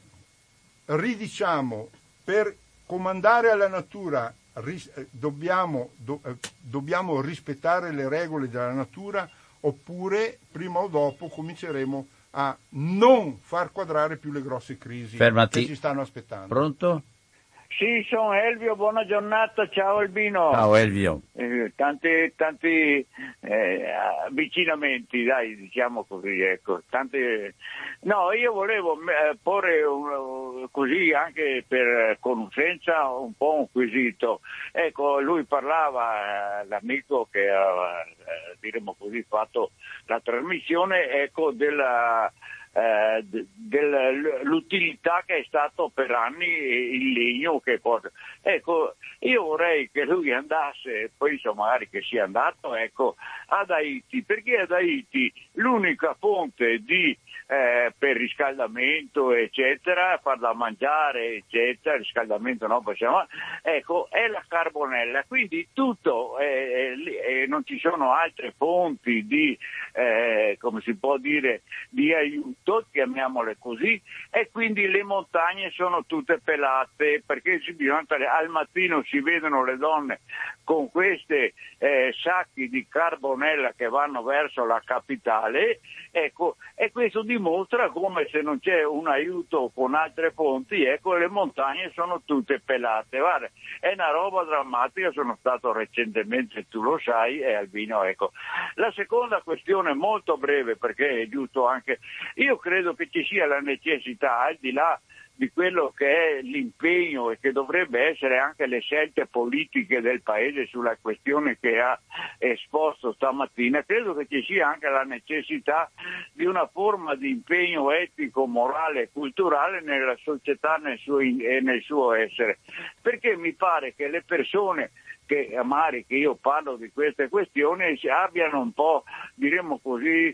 ridiciamo per comandare alla natura, ris- dobbiamo, do- eh, dobbiamo rispettare le regole della natura, oppure prima o dopo cominceremo a non far quadrare più le grosse crisi Fermati. che ci stanno aspettando. Pronto? Sì, sono Elvio, buona giornata, ciao Albino. Ciao Elvio. Eh, tanti tanti eh, avvicinamenti, dai, diciamo così, ecco. Tante... No, io volevo eh, porre un, così anche per conoscenza un po' un quesito. Ecco, lui parlava, eh, l'amico che ha, eh, diremo così, fatto la trasmissione, ecco, della... Eh, dell'utilità che è stato per anni il legno che porta. Ecco, io vorrei che lui andasse, poi insomma magari che sia andato, ecco, ad Haiti, perché ad Haiti l'unica fonte di eh, per riscaldamento eccetera, far da mangiare eccetera, riscaldamento no possiamo, ecco, è la carbonella, quindi tutto eh, eh, non ci sono altre fonti di eh, come si può dire di aiuto, chiamiamole così, e quindi le montagne sono tutte pelate perché si bisogna, al mattino si vedono le donne con questi eh, sacchi di carbonella che vanno verso la capitale, ecco, e questo dimostra come se non c'è un aiuto con altre fonti, ecco, le montagne sono tutte pelate. Guarda, è una roba drammatica, sono stato recentemente, tu lo sai, e Albino, ecco. La seconda questione molto breve, perché è giusto anche, io credo che ci sia la necessità, al di là di quello che è l'impegno e che dovrebbe essere anche le scelte politiche del Paese sulla questione che ha esposto stamattina, credo che ci sia anche la necessità di una forma di impegno etico, morale e culturale nella società nel suo, e nel suo essere, perché mi pare che le persone che amari che io parlo di queste questioni abbiano un po', diremo così,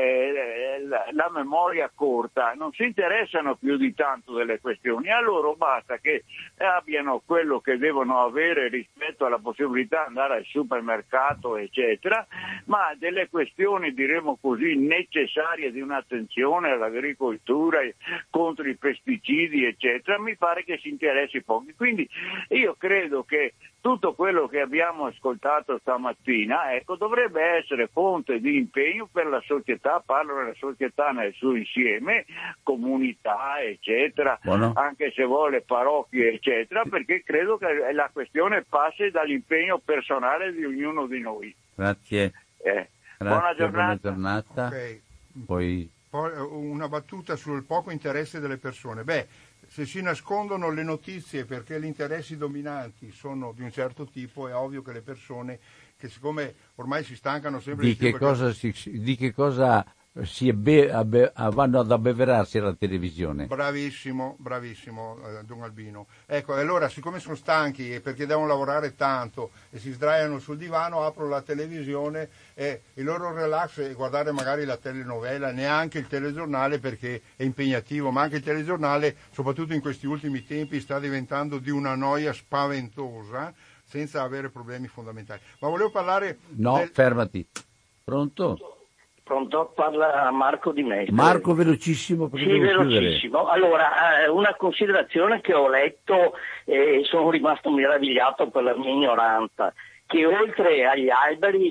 eh, la, la memoria corta, non si interessano più di tanto delle questioni, a loro basta che abbiano quello che devono avere rispetto alla possibilità di andare al supermercato eccetera, ma delle questioni, diremo così, necessarie di un'attenzione all'agricoltura, contro i pesticidi eccetera, mi pare che si interessi pochi. Quindi io credo che tutto quello che abbiamo ascoltato stamattina, ecco, dovrebbe essere fonte di impegno per la società, parlo della società nel suo insieme, comunità, eccetera, Buono. anche se vuole parrocchie, eccetera, perché credo che la questione passi dall'impegno personale di ognuno di noi. Grazie. Eh, Grazie buona giornata. Buona giornata. Okay. Poi... Poi una battuta sul poco interesse delle persone. Beh, se si nascondono le notizie perché gli interessi dominanti sono di un certo tipo, è ovvio che le persone, che siccome ormai si stancano sempre di di più che cosa si, di che cosa si ebbe, abbe, vanno ad abbeverarsi alla televisione. Bravissimo, bravissimo eh, Don Albino. Ecco, allora siccome sono stanchi e perché devono lavorare tanto e si sdraiano sul divano, aprono la televisione e il loro relax è guardare magari la telenovela, neanche il telegiornale perché è impegnativo, ma anche il telegiornale, soprattutto in questi ultimi tempi, sta diventando di una noia spaventosa senza avere problemi fondamentali. Ma volevo parlare... No, del... fermati. Pronto? Pronto? Parla Marco Di Mestre. Marco, velocissimo perché sì, devo velocissimo. chiudere. Allora, eh, una considerazione che ho letto e eh, sono rimasto meravigliato per la mia ignoranza, che oltre agli alberi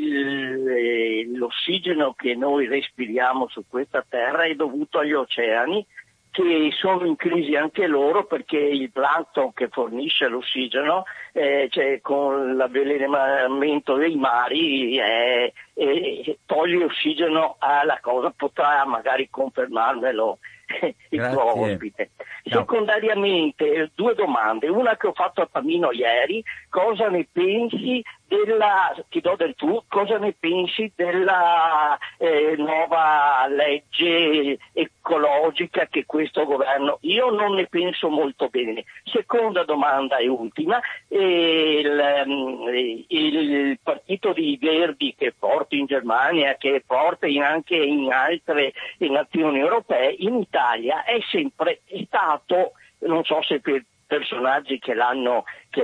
l- l'ossigeno che noi respiriamo su questa terra è dovuto agli oceani, che sono in crisi anche loro perché il plancton che fornisce l'ossigeno eh, cioè, con l'avvelenamento dei mari eh, eh, toglie ossigeno alla cosa, potrà magari confermarmelo il Grazie. tuo ospite. No. Secondariamente, due domande, una che ho fatto a Tamino ieri: cosa ne pensi della, ti do del tu, cosa ne pensi della eh, nuova legge ecologica che questo governo, io non ne penso molto bene. Seconda domanda e ultima, eh, il, il partito dei Verdi che porta in Germania, che porta in, anche in altre nazioni europee, in Italia è sempre stato, non so se per personaggi che l'hanno, che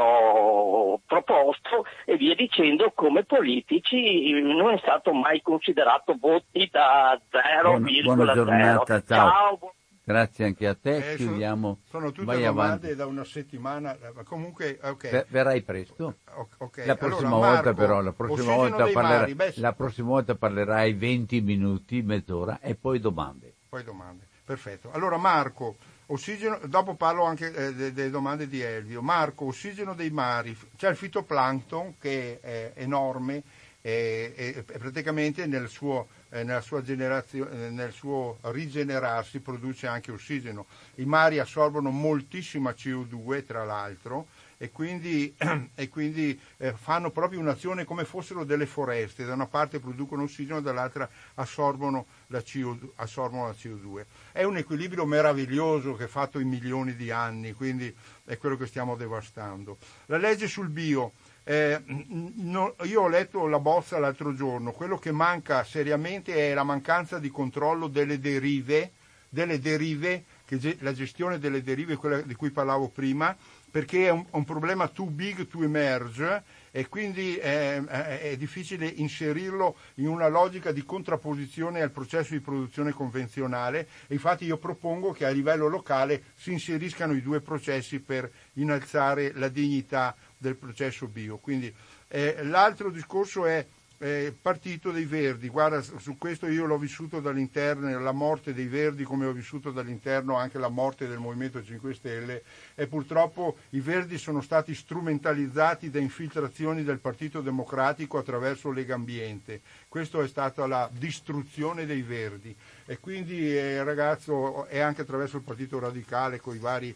l'hanno proposto e via dicendo, come politici non è stato mai considerato voti da zero virgola zero. Buona giornata, ciao. Ciao. Grazie anche a te, eh, chiudiamo. Sono, sono tutte Vai domande avanti. da una settimana, ma comunque ok. Ver- verrai presto. Okay. La prossima Allora, volta Marco, però, la prossima volta, dei parlera- mari, beh, la prossima volta parlerai venti minuti, mezz'ora e poi domande. Poi domande, perfetto. Allora Marco, ossigeno, dopo parlo anche eh, delle de domande di Elvio. Marco, ossigeno dei mari, c'è il fitoplancton che è enorme e, e, e praticamente nel suo, eh, nella sua generazione, nel suo rigenerarsi produce anche ossigeno. I mari assorbono moltissima C O due tra l'altro e quindi, e quindi eh, fanno proprio un'azione come fossero delle foreste, da una parte producono ossigeno, dall'altra assorbono la C O due, assorbono la C O due. È un equilibrio meraviglioso che è fatto in milioni di anni, quindi è quello che stiamo devastando. La legge sul bio, eh, no, io ho letto la bozza l'altro giorno, quello che manca seriamente è la mancanza di controllo delle derive, delle derive, che la gestione delle derive, quella di cui parlavo prima, perché è un, un problema too big to emerge e quindi è, è, è difficile inserirlo in una logica di contrapposizione al processo di produzione convenzionale e infatti io propongo che a livello locale si inseriscano i due processi per innalzare la dignità del processo bio. Quindi eh, l'altro discorso è eh, partito dei Verdi. Guarda, su questo io l'ho vissuto dall'interno, la morte dei Verdi, come ho vissuto dall'interno anche la morte del Movimento cinque Stelle, e purtroppo i Verdi sono stati strumentalizzati da infiltrazioni del Partito Democratico attraverso Legambiente. Questa è stata la distruzione dei Verdi, e quindi eh, il ragazzo è anche attraverso il Partito Radicale con i vari,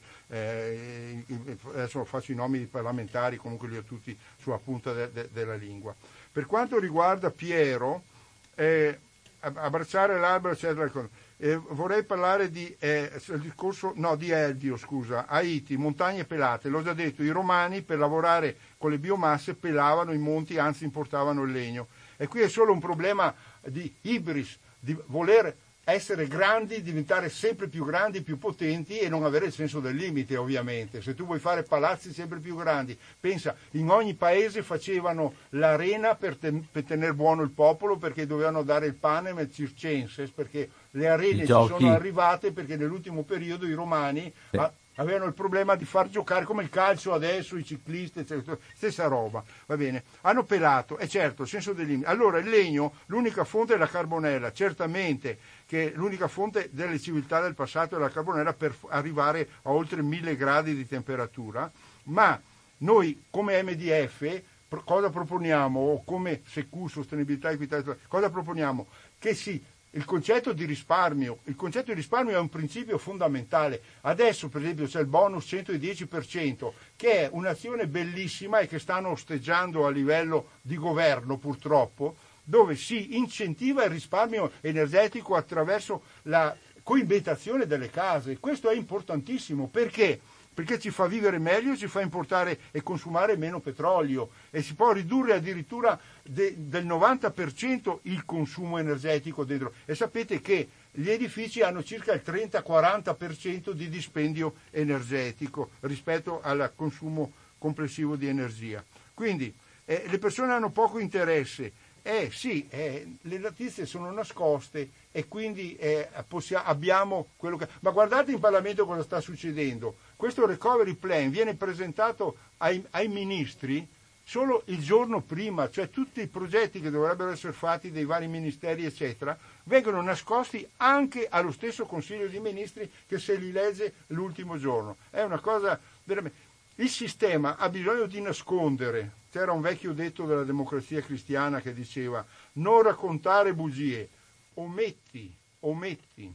eh, adesso faccio i nomi di parlamentari, comunque li ho tutti sulla punta de, de, della lingua. Per quanto riguarda Piero, eh, abbracciare l'albero, eccetera, eh, vorrei parlare di, eh, il discorso, no, di Eldio, scusa, Haiti, montagne pelate. L'ho già detto, i romani per lavorare con le biomasse pelavano i monti, anzi importavano il legno. E qui è solo un problema di ibris, di voler essere grandi, diventare sempre più grandi, più potenti e non avere il senso del limite, ovviamente. Se tu vuoi fare palazzi sempre più grandi, pensa, in ogni paese facevano l'arena per, ten- per tenere buono il popolo, perché dovevano dare il panem et circenses, perché le arene ci sono arrivate perché nell'ultimo periodo i romani sì. a- avevano il problema di far giocare come il calcio adesso, i ciclisti, eccetera, stessa roba, va bene. Hanno pelato, e certo, il senso del limite. Allora il legno, l'unica fonte è la carbonella, certamente che l'unica fonte delle civiltà del passato è la carbonella per arrivare a oltre mille gradi di temperatura, ma noi come M D F cosa proponiamo, o come Secu, Sostenibilità, Equità, cosa proponiamo? Che si Il concetto di risparmio, il concetto di risparmio è un principio fondamentale. Adesso per esempio c'è il bonus centodieci per cento, che è un'azione bellissima e che stanno osteggiando a livello di governo purtroppo, dove si incentiva il risparmio energetico attraverso la coibentazione delle case. Questo è importantissimo, perché? Perché ci fa vivere meglio, ci fa importare e consumare meno petrolio, e si può ridurre addirittura de, del novanta per cento il consumo energetico dentro. E sapete che gli edifici hanno circa il trenta quaranta per cento di dispendio energetico rispetto al consumo complessivo di energia. Quindi eh, le persone hanno poco interesse. Eh sì, eh, le notizie sono nascoste e quindi eh, possiamo, abbiamo quello che... Ma guardate in Parlamento cosa sta succedendo. Questo recovery plan viene presentato ai, ai ministri solo il giorno prima, cioè tutti i progetti che dovrebbero essere fatti dai vari ministeri, eccetera, vengono nascosti anche allo stesso Consiglio dei Ministri che se li legge l'ultimo giorno. È una cosa veramente... Il sistema ha bisogno di nascondere. C'era un vecchio detto della Democrazia Cristiana che diceva: non raccontare bugie, ometti, ometti.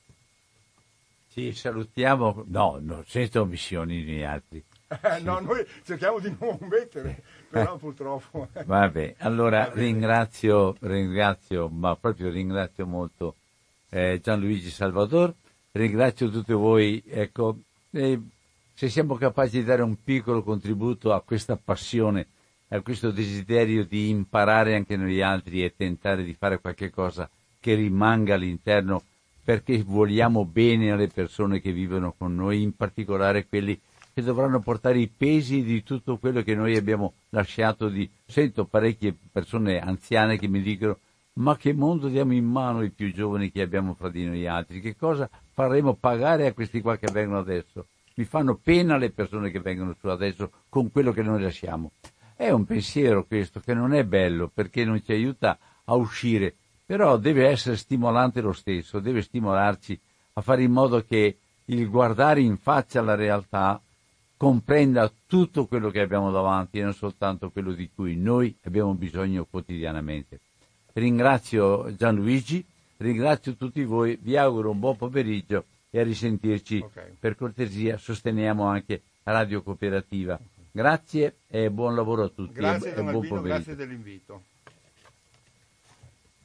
Sì, salutiamo, no, no senza omissioni di altri. Eh, no, noi cerchiamo di non omettere, però purtroppo. Vabbè, allora ringrazio, ringrazio, ma proprio ringrazio molto eh, Gianluigi Salvador, ringrazio tutti voi, ecco, eh, se siamo capaci di dare un piccolo contributo a questa passione, a questo desiderio di imparare anche noi altri e tentare di fare qualche cosa che rimanga all'interno, perché vogliamo bene alle persone che vivono con noi, in particolare quelli che dovranno portare i pesi di tutto quello che noi abbiamo lasciato di... Sento parecchie persone anziane che mi dicono: ma che mondo diamo in mano ai più giovani che abbiamo fra di noi altri? Che cosa faremo pagare a questi qua che vengono adesso? Mi fanno pena le persone che vengono su adesso con quello che noi lasciamo. È un pensiero questo che non è bello, perché non ci aiuta a uscire, però deve essere stimolante lo stesso, deve stimolarci a fare in modo che il guardare in faccia alla realtà comprenda tutto quello che abbiamo davanti e non soltanto quello di cui noi abbiamo bisogno quotidianamente. Ringrazio Gianluigi, ringrazio tutti voi, vi auguro un buon pomeriggio e a risentirci. Okay. Per cortesia sosteniamo anche Radio Cooperativa. Grazie e buon lavoro a tutti. Grazie, e, Don e buon Albino, pomeriggio. grazie dell'invito.